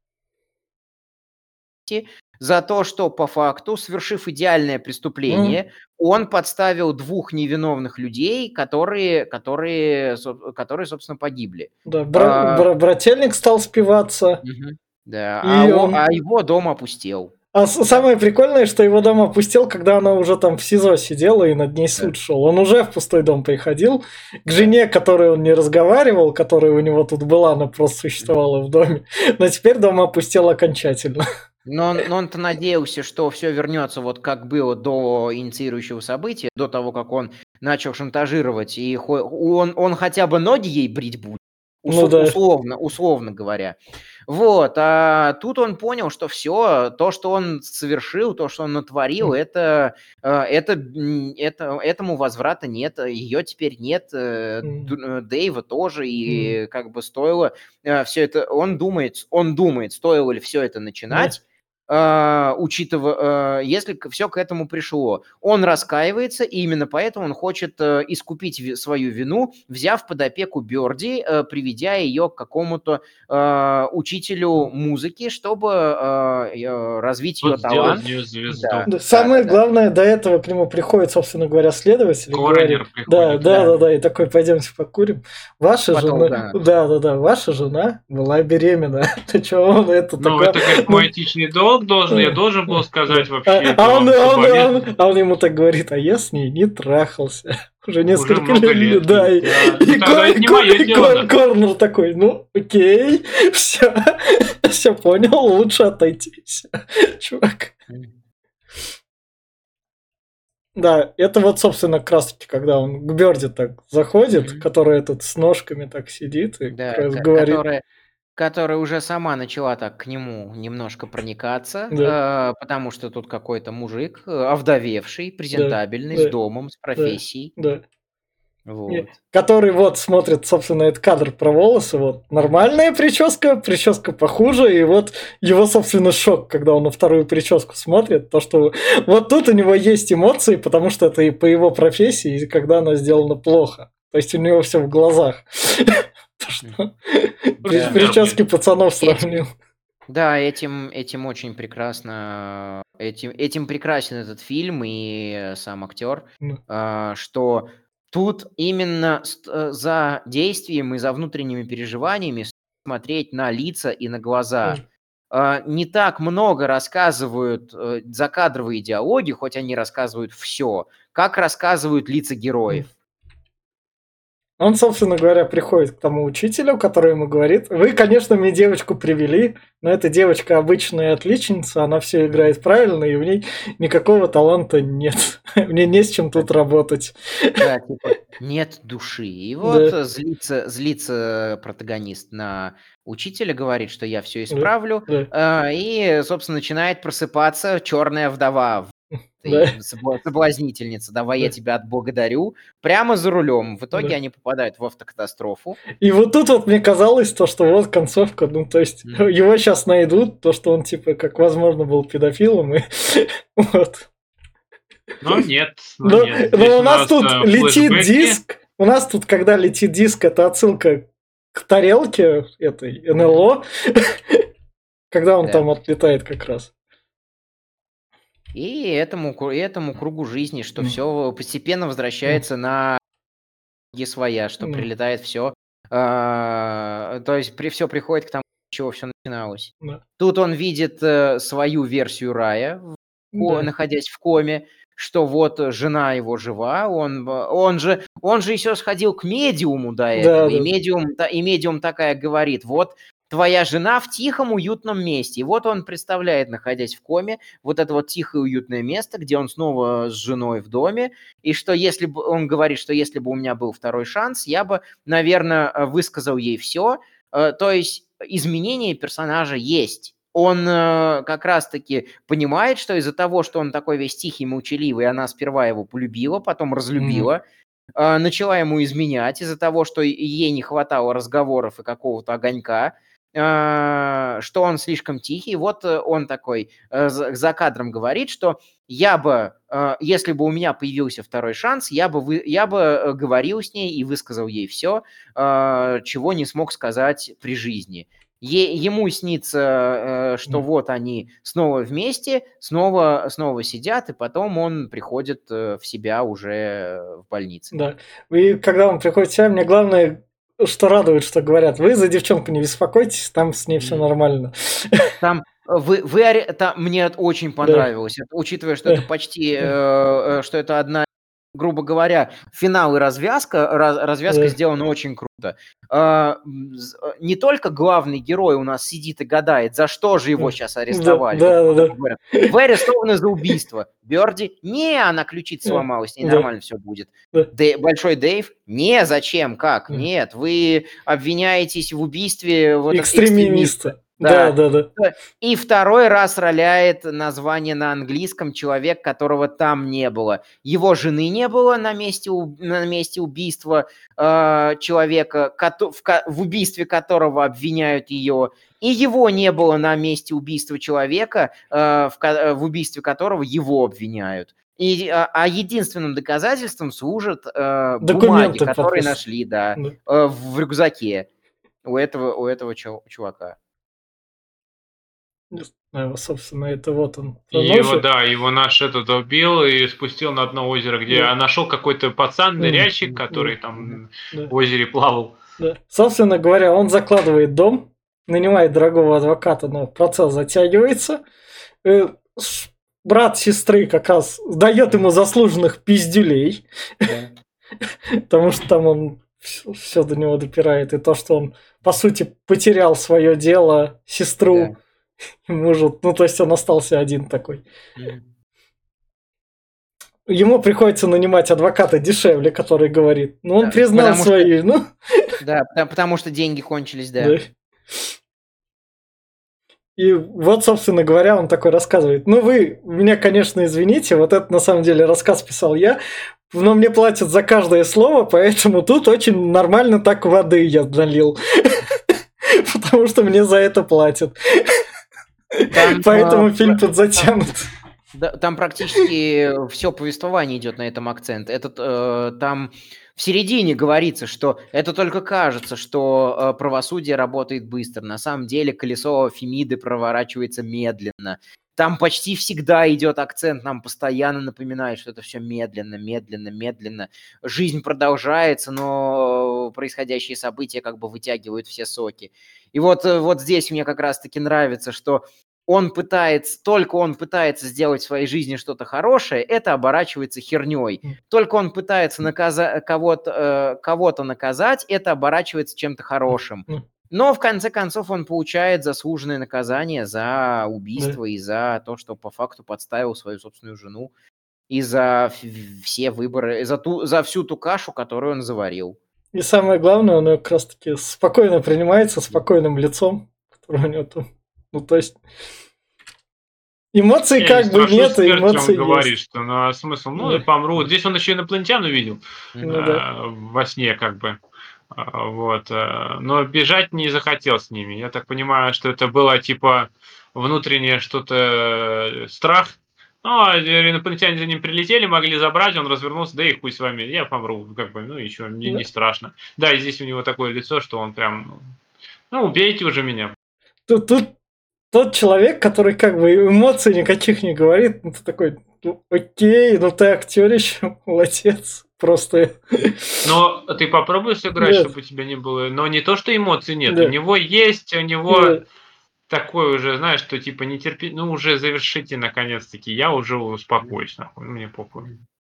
сети за то, что по факту, совершив идеальное М. преступление, он подставил двух невиновных людей, которые, которые, соб- которые собственно, погибли. Да, бра- А, бра- брательник стал спиваться. мгм, да, И а, о- он- а его дом опустел. А с- самое прикольное, что его дом опустел, когда она уже там в СИЗО сидела и над ней суд шел. Он уже в пустой дом приходил. К жене, которой он не разговаривал, которая у него тут была, она просто существовала в доме. Но теперь дом опустел окончательно. Но, он- но он-то надеялся, что все вернется вот как было до инициирующего события, до того, как он начал шантажировать, и хо- он, он хотя бы ноги ей брить будет, ус- Ну да. условно, условно говоря. Вот, а тут он понял, что все, то, что он совершил, то, что он натворил, М. это, э, это, м, это, этому возврата нет, ее теперь нет, э, М. Д- э, Дэйва тоже, и как бы стоило все это, он думает, он думает, стоило ли все это начинать, а, учитывая, э, если все к этому пришло. Он раскаивается, и именно поэтому он хочет э, искупить ви- свою вину, взяв под опеку Бёрди, э, приведя ее к какому-то э, учителю музыки, чтобы э, э, развить ее Вот сделать талант. из нее звезду. Да. Да, самое да. главное, до этого к нему приходит, собственно говоря, следователь. и Коронер говорит, приходит. Да, да, Да. да, да, и такой, пойдемте покурим. Ваша жена, Патологоанатом. да, да, да, ваша жена была беременна. Ты чего, он это Ну, такое? это как Ну, мой этичный долг. долг должен, я должен был сказать Да. вообще. А, это а он, вам, а, он, чтобы а, они- он, а он ему так говорит, а я с ней не трахался. Уже Уже несколько много лет. Да, и, Да, и ну, тогда Кор- это не Кор- мое дело, Кор- да. Корнер такой, ну окей, все, все понял, лучше отойтись, чувак. Да, это вот, собственно, как раз таки, когда он к Бёрди так заходит, Мгм. которая тут с ножками так сидит и Да, как раз ко- говорит. которая, которая уже сама начала так к нему немножко проникаться, Да, э, потому что тут какой-то мужик, э, овдовевший, да, презентабельный, с да, домом, с да, профессией. да. И Вот. который вот смотрит, собственно, этот кадр про волосы, вот нормальная прическа, прическа похуже, и вот его, собственно, шок, когда он на вторую прическу смотрит, то, что вот тут у него есть эмоции, потому что это и по его профессии, и когда она сделана плохо. То есть у него все в глазах. То, что Мгм. при- Да. прически пацанов Этим, сравнил. да, этим, этим очень прекрасно, этим, этим прекрасен этот фильм и э, сам актер, Ну, а, что тут именно ст- э, за действием и за внутренними переживаниями смотреть на лица и на глаза. м. А, Не так много рассказывают э, закадровые диалоги, хоть они рассказывают все, как рассказывают лица героев. Он, собственно говоря, приходит к тому учителю, который ему говорит, вы, конечно, мне девочку привели, но эта девочка обычная отличница, она все играет правильно, и в ней никакого таланта нет. Мне не с чем тут работать. Да, типа, нет души. И вот Да, э, злится, злится протагонист на учителя, говорит, что я все да, исправлю, да, а, и, собственно, начинает просыпаться черная вдова, да, и собла- соблазнительница. Давай я да, тебя отблагодарю. Прямо за рулем. В итоге да. они попадают в автокатастрофу. И вот тут вот мне казалось то, что вот концовка, ну то есть Мгм. его сейчас найдут, то, что он типа как возможно был педофилом, и вот. Но нет, но Но, нет. но Здесь у у нас нас тут э, летит флешбеки. диск. У нас тут, когда летит диск, это отсылка к тарелке этой эн эл о, когда он Да. там отлетает как раз. И этому, кру- и этому кругу жизни, что Ну, все постепенно ну, возвращается на круги своя, что ну, прилетает все. То есть при, все приходит к тому, с чего все начиналось. да, Тут он видит э, свою версию рая, в ко- да, находясь в коме, что вот э, жена его жива, он, э, он же, он же еще сходил к медиуму до этого, да, и да, медиум, та- и медиум такая говорит, вот твоя жена в тихом, уютном месте. И вот он представляет, находясь в коме, вот это вот тихое, уютное место, где он снова с женой в доме, и что если бы, он говорит, что если бы у меня был второй шанс, я бы, наверное, э, высказал ей все. То есть изменение персонажа есть. Он э, как раз-таки понимает, что из-за того, что он такой весь тихий, молчаливый, она сперва его полюбила, потом м, разлюбила, э, начала ему изменять из-за того, что ей не хватало разговоров и какого-то огонька, э, что он слишком тихий. Вот э, он такой э, за, за кадром говорит, что я бы, э, если бы у меня появился второй шанс, я бы, вы, я бы э, говорил с ней и высказал ей все, э, чего не смог сказать при жизни. Е- ему снится, э, что м, вот они снова вместе, снова, снова сидят, и потом он приходит э, в себя уже в больнице. да. И когда он приходит в себя, мне главное, что радует, что говорят, вы за девчонку не беспокойтесь, там с ней все Мгм. нормально. Там э, вы, вы оре- та- мне это очень Да, понравилось, это, учитывая, что это да, почти, э, да, э, что это одна, грубо говоря, финал и развязка, раз- развязка да, сделана очень круто. А, м, з- э, Не только главный герой у нас сидит и гадает, за что же его да, сейчас да, арестовали. Вот да, потом да, говорят, вы арестованы за убийство. Берди, не, она ключица да, сломалась, не да, нормально все будет. да, Дэ- Большой Дэйв, не, зачем, как, да. нет, вы обвиняетесь в убийстве вот от экстремиста. Экстремиста. Да, Да, да, да. и второй раз роляет название на английском человек, которого там не было. Его жены не было на месте, у- на месте убийства э, человека, кото- в, ко- в убийстве которого обвиняют ее. И его не было на месте убийства человека, э, в, ко- э, в убийстве которого его обвиняют. И, а, а единственным доказательством служат э, бумаги, Документы которые подпис- нашли, да, Да. э, в рюкзаке у этого, у этого чу- чувака. Не знаю, собственно, это вот он. И его, нож. да, его наш этот убил и спустил на дно озеро, где Да. нашел какой-то пацан, Мгм. ныряльщик, который Да. там Да. в озере плавал. Да. Собственно говоря, он закладывает дом, нанимает дорогого адвоката, но процесс затягивается. э, ш- брат сестры как раз дает ему заслуженных пиздюлей, Да. потому что там он все до него допирает. И то, что он, по сути, потерял свое дело, сестру Да. и мужа. Ну, то есть он остался один такой. Мгм. Ему приходится нанимать адвоката дешевле, который говорит, ну, он Да, признал потому что, свои, ну, да, потому, потому что деньги кончились, да. да. И вот, собственно говоря, он такой рассказывает. Ну, вы меня, конечно, извините, вот это на самом деле рассказ писал я, но мне платят за каждое слово, поэтому тут очень нормально так воды я налил. Потому что мне за это платят. Там, Поэтому э, фильм про- там, подзатянут. да, там практически все повествование идет на этом акцент. Этот, э, там в середине говорится, что это только кажется, что э, правосудие работает быстро. На самом деле колесо Фемиды проворачивается медленно. Там почти всегда идет акцент, нам постоянно напоминает, что это все медленно, медленно, медленно. Жизнь продолжается, но происходящие события как бы вытягивают все соки. И вот, э, вот здесь мне как раз-таки нравится, что он пытается, только он пытается сделать в своей жизни что-то хорошее, это оборачивается херней. Только он пытается наказа- кого-то, э, кого-то наказать, это оборачивается чем-то хорошим. Но в конце концов он получает заслуженное наказание за убийство и за то, что по факту подставил свою собственную жену, и за ф- все выборы, за, ту, за всю ту кашу, которую он заварил. И самое главное, он её как раз таки спокойно принимается, спокойным лицом, которое у него там. Ну, то есть эмоций Я не как бы страшусь нет, а смерти, он эмоции говорит, есть. что ну а смысл, ну и Да. помру. Здесь он еще инопланетян увидел Ну да. э, во сне как бы. А, Вот. э, Но бежать не захотел с ними. Я так понимаю, что это было типа внутреннее что-то э, страх. Ну, а инопланетяне за ним прилетели, могли забрать, он развернулся, да и хуй с вами, я помру, как бы, ну еще, мне Да. не страшно. Да, и здесь у него такое лицо, что он прям, ну, убейте уже меня. Тут, тут тот человек, который как бы эмоций никаких не говорит, ну ты такой, ну окей, ну ты актерище, молодец. Просто. Но ты попробуй сыграть, Да, чтобы у тебя не было. Но не то, что эмоций нет. У да, него есть, у него да. такой уже, знаешь, что типа не терпи, ну уже завершите наконец-таки. Я уже успокоюсь, нахуй, ну, мне похуй.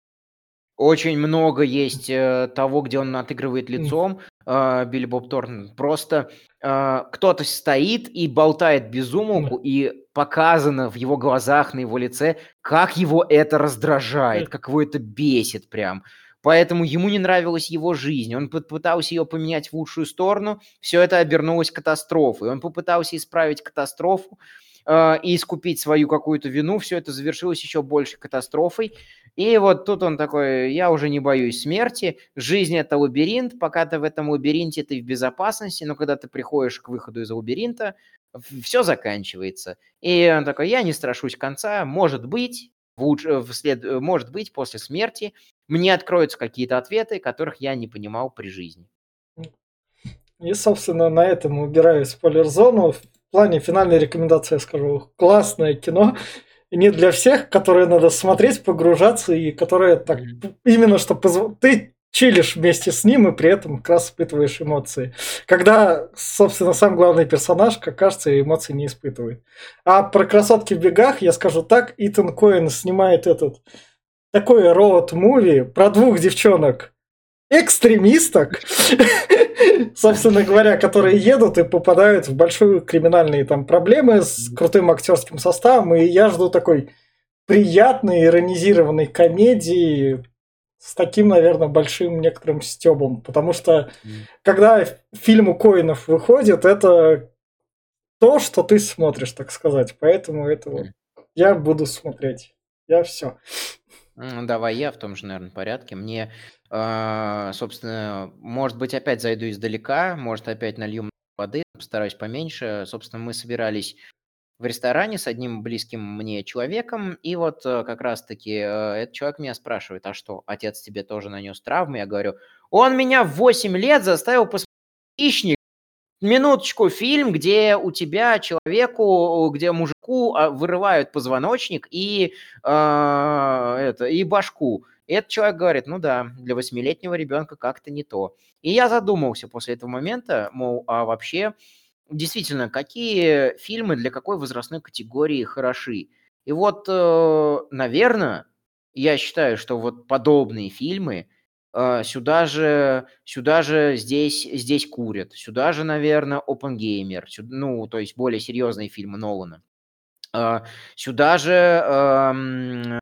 Очень много есть э, того, где он отыгрывает М. лицом, э, Билли Боб Торнтон. Просто э, кто-то стоит и болтает без умолку, и показано в его глазах, на его лице, как его это раздражает, Да. как его это бесит прям. Поэтому ему не нравилась его жизнь. Он попытался ее поменять в лучшую сторону, все это обернулось катастрофой. Он попытался исправить катастрофу э, и искупить свою какую-то вину, все это завершилось еще большей катастрофой. И вот тут он такой, я уже не боюсь смерти, жизнь это лабиринт, пока ты в этом лабиринте, ты в безопасности, но когда ты приходишь к выходу из лабиринта, все заканчивается. И он такой, я не страшусь конца, может быть, в луч... вслед... может быть, после смерти мне откроются какие-то ответы, которых я не понимал при жизни. И, собственно, на этом убираю спойлер-зону. В плане финальной рекомендации я скажу, классное кино. И не для всех, которые надо смотреть, погружаться, и которые так Мгм. именно что позв- ты чилишь вместе с ним и при этом как раз испытываешь эмоции. Когда, собственно, сам главный персонаж, как кажется, эмоций не испытывает. А про красотки в бегах я скажу так, Итан Коэн снимает этот такой роуд-муви про двух девчонок экстремисток, собственно говоря, которые едут и попадают в большие криминальные там проблемы с крутым актерским составом, и я жду такой приятной, иронизированной комедии с таким, наверное, большим некоторым стёбом, потому что Мгм. когда фильм у Коэнов выходит, это то, что ты смотришь, так сказать, поэтому это вот Мгм. я буду смотреть. Я все. М, Давай я в том же, наверное, порядке. Мне, а, собственно, может быть, опять зайду издалека, может, опять налью много воды, постараюсь поменьше. Собственно, мы собирались в ресторане с одним близким мне человеком, и вот э, как раз-таки э, этот человек меня спрашивает, а что, отец тебе тоже нанес травмы? Я говорю, он меня в восемь лет заставил посмотреть «Хищник». Минуточку, фильм, где у тебя человеку, где мужику а, вырывают позвоночник и, а, это, и башку. И этот человек говорит, ну да, для восьмилетнего ребенка как-то не то. И я задумался после этого момента, мол, а вообще, действительно, какие фильмы для какой возрастной категории хороши? И вот, э, наверно, я считаю, что вот подобные фильмы, э, сюда же сюда же здесь здесь курят, сюда же, наверно, "Оппенгеймер", сюд ну, то есть более серьезные фильмы Нолана. А, сюда же, эм,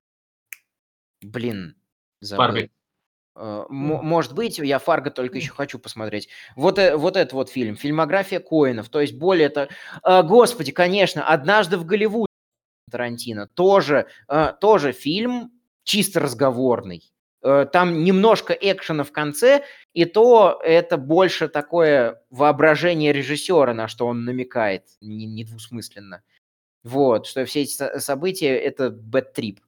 блин, забыл. Барби. Э, мо может быть, я "Фарго" только еще хочу посмотреть. Вот э вот этот вот фильм, фильмография Коэнов, то есть более та а, господи, конечно, "Однажды в Голливуде" Тарантино тоже, э, тоже фильм чисто разговорный. Э, там немножко экшена в конце, и то это больше такое воображение режиссера, на что он намекает, не недвусмысленно. Вот, что все эти со события- это bad trip.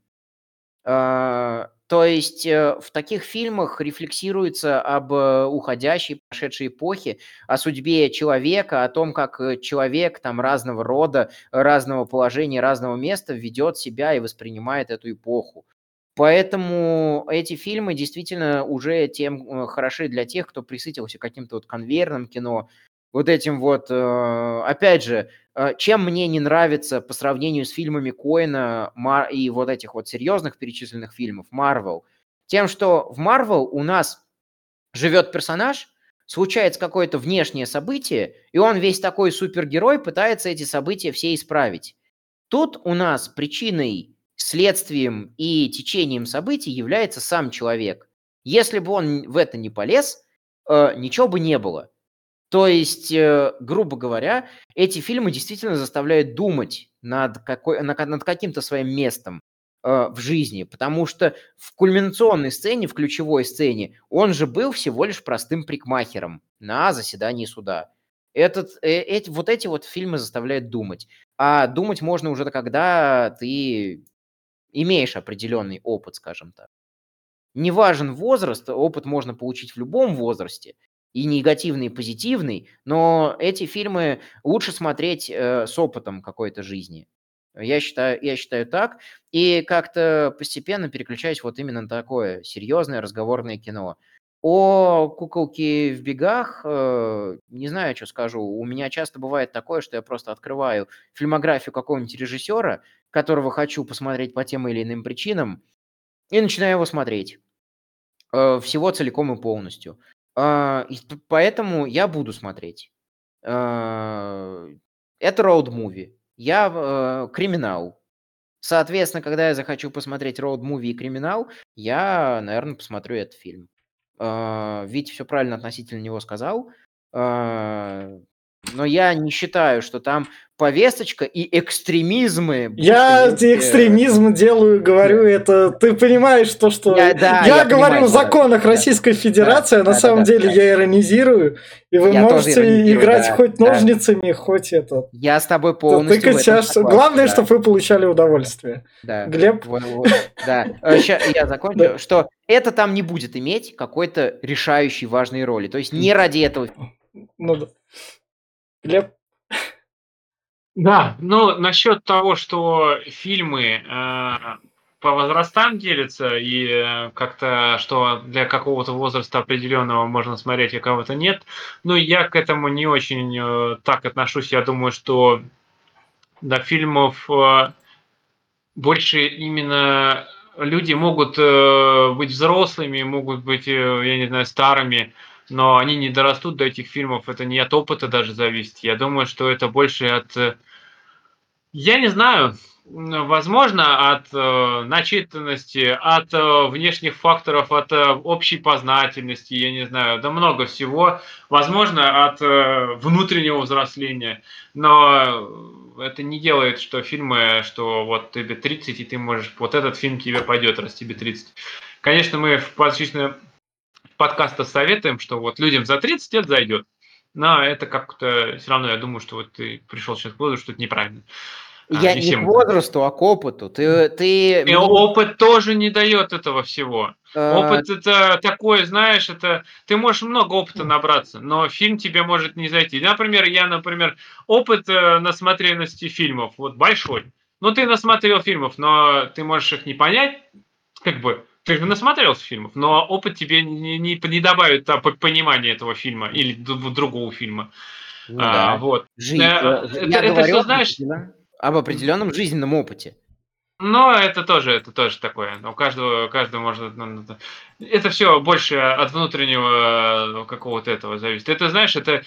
А, то есть, э, в таких фильмах рефлексируется об э, уходящей, прошедшей эпохе, о судьбе человека, о том, как, э, человек там разного рода, разного положения, разного места ведет себя и воспринимает эту эпоху. Поэтому эти фильмы действительно уже тем, э, хороши для тех, кто присытился каким-то вот конвейерным кино, вот этим вот, э, опять же, э, чем мне не нравится по сравнению с фильмами Коэна ма и вот этих вот серьезных перечисленных фильмов Марвел, тем, что в Марвел у нас живет персонаж, случается какое-то внешнее событие, и он весь такой супергерой, пытается эти события все исправить. Тут у нас причиной, следствием и течением событий является сам человек. Если бы он в это не полез, э, ничего бы не было. То есть, э, грубо говоря, эти фильмы действительно заставляют думать над какой на ка над каким-то своим местом, э, в жизни, потому что в кульминационной сцене, в ключевой сцене, он же был всего лишь простым парикмахером на заседании суда. Этот э эти вот эти вот фильмы заставляют думать. А думать можно уже, когда ты имеешь определенный опыт, скажем так. Не важен возраст, опыт можно получить в любом возрасте, и негативный, и позитивный, но эти фильмы лучше смотреть, э, с опытом какой-то жизни. Я считаю я считаю так. И как-то постепенно переключаюсь вот именно на такое серьезное разговорное кино. О "Куколке в бегах", э, не знаю, чё скажу. У меня часто бывает такое, что я просто открываю фильмографию какого-нибудь режиссера, которого хочу посмотреть по тем или иным причинам, и начинаю его смотреть. Э, всего целиком и полностью. А, и п поэтому я буду смотреть. А, это роуд-муви. Я в э, криминал. Соответственно, когда я захочу посмотреть роуд-муви и криминал, я, наверно, посмотрю этот фильм. А, Витя всё правильно относительно него сказал. А, но я не считаю, что там повесточка и экстремизмы будут Я иметь, те э экстремизм делаю, говорю, это ты понимаешь то, что Я да, я я говорю понимаю, в законах да-да-да. Российской Да, Федерации, а на самом да-да-да, деле да. я иронизирую, и вы Я тоже можете иронизирую, играть да, хоть да. ножницами, хоть это. Я с тобой Т полностью в тыкать этом аж согласен, главное, да. чтоб вы получали удовольствие. Да, Глеб? вот вот, да. Э, ща я Да. закончу, что это там не будет иметь какой-то решающей важной роли. То есть не ради этого Ну да. Глеб? Да, ну, насчет того, что фильмы, э, по возрастам делятся и, э, как-то, что для какого-то возраста определенного можно смотреть, а кого-то нет. Ну, я к этому не очень, э, так отношусь. Я думаю, что до фильмов, э, больше именно люди могут, э, быть взрослыми, могут быть, э, я не знаю, старыми, но они не дорастут до этих фильмов. Это не от опыта даже зависит. Я думаю, что это больше от э я не знаю, м, возможно, от, э, начитанности, от, э, внешних факторов, от, э, общей познательности, я не знаю, да много всего. Возможно, от, э, внутреннего взросления. Но это не делает, что фильмы, что вот тебе тридцать, и ты можешь вот этот фильм тебе пойдет, раз тебе тридцать. Конечно, мы в различных подкастах советуем, что вот людям за тридцать лет зайдет, но это как-то всё равно, я думаю, что вот ты пришел сейчас к выводу, что это неправильно. А, Я не не к всем это возрасту, а к опыту. Ты ты И мне не опыт тоже не дает этого всего. А Опыт- это такое, знаешь, это ты можешь много опыта набраться, но фильм тебе может не зайти. Например, я, например, опыт, э, насмотренности фильмов вот большой. Ну, ты насмотрел фильмов, но ты можешь их не понять, как бы. Ты же насмотрелся фильмов, но опыт тебе не не не добавит там по понимания этого фильма или д другого фильма. Ну А, да. вот. Э, Жи э, ж это я это говорю всё, об знаешь определен об Мгм. определенном жизненном опыте. Но это тоже, это тоже такое. У каждого, каждого может... Это все больше от внутреннего какого-то этого зависит. Это, знаешь, это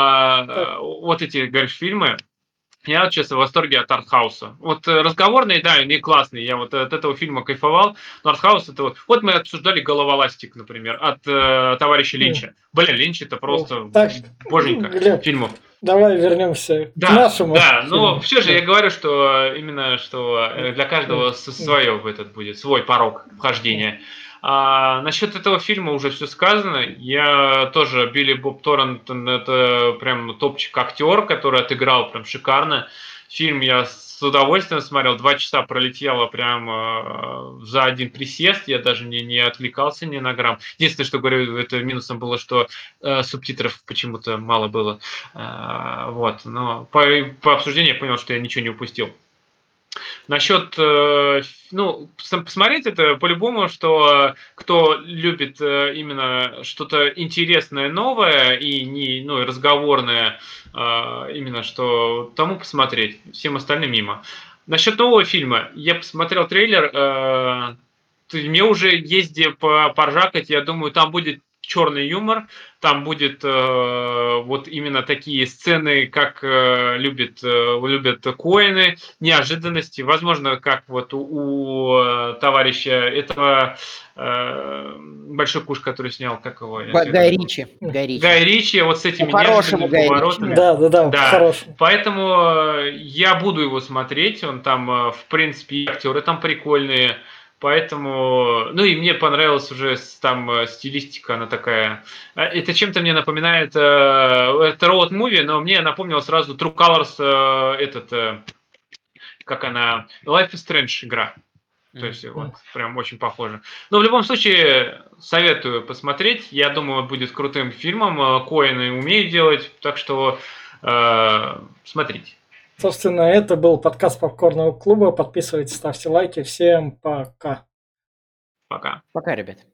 а, вот эти, говоришь, фильмы. Я вот сейчас в восторге от артхауса. Вот разговорные, да, они классные. Я вот от этого фильма кайфовал. Но артхаус это вот... Вот мы обсуждали «Головоластик», например, от э, товарища Линча. Блин, Линч это просто так, боженька Глеб, фильмов. Давай вернемся да, к нашему. Да, фильму. но все же я говорю, что именно что для каждого свое в этот будет, свой порог вхождения. А насчет этого фильма уже все сказано. Я тоже Билли Боб Торрентон, это прям топчик актер, который отыграл прям шикарно. Фильм я с удовольствием смотрел, два часа пролетело прям э, за один присест, я даже не, не отвлекался ни на грамм. Единственное, что говорю, это минусом было, что э, субтитров почему-то мало было. Э, вот, но по, по обсуждению я понял, что я ничего не упустил. Насчет, э, ну, посмотреть это по-любому, что кто любит э, именно что-то интересное, новое и не, ну, разговорное, э, именно что тому посмотреть, всем остальным мимо. Насчет нового фильма, я посмотрел трейлер, э, мне уже есть где поржакать, я думаю, там будет черный юмор, там будет э, вот именно такие сцены, как э, любят, э, любят Коэны, неожиданности, возможно, как вот у, у товарища этого э, Большой Куш, который снял, как его? Гай Ричи. Гай Ричи. Гай Ричи, вот с этими По-хорошему неожиданными поворотами. Да, да, да, да. по-хорошему. Поэтому я буду его смотреть, он там, в принципе, актеры там прикольные. Поэтому, ну и мне понравилась уже там стилистика, она такая. Это чем-то мне напоминает, это роуд муви, но мне напомнило сразу True Colors, этот, как она, Life is Strange игра. То есть вот прям очень похоже. Но в любом случае советую посмотреть. Я думаю, будет крутым фильмом. Коэны умеют делать, так что э, смотрите. Собственно, это был подкаст Попкорного клуба. Подписывайтесь, ставьте лайки. Всем пока. Пока. Пока, ребят.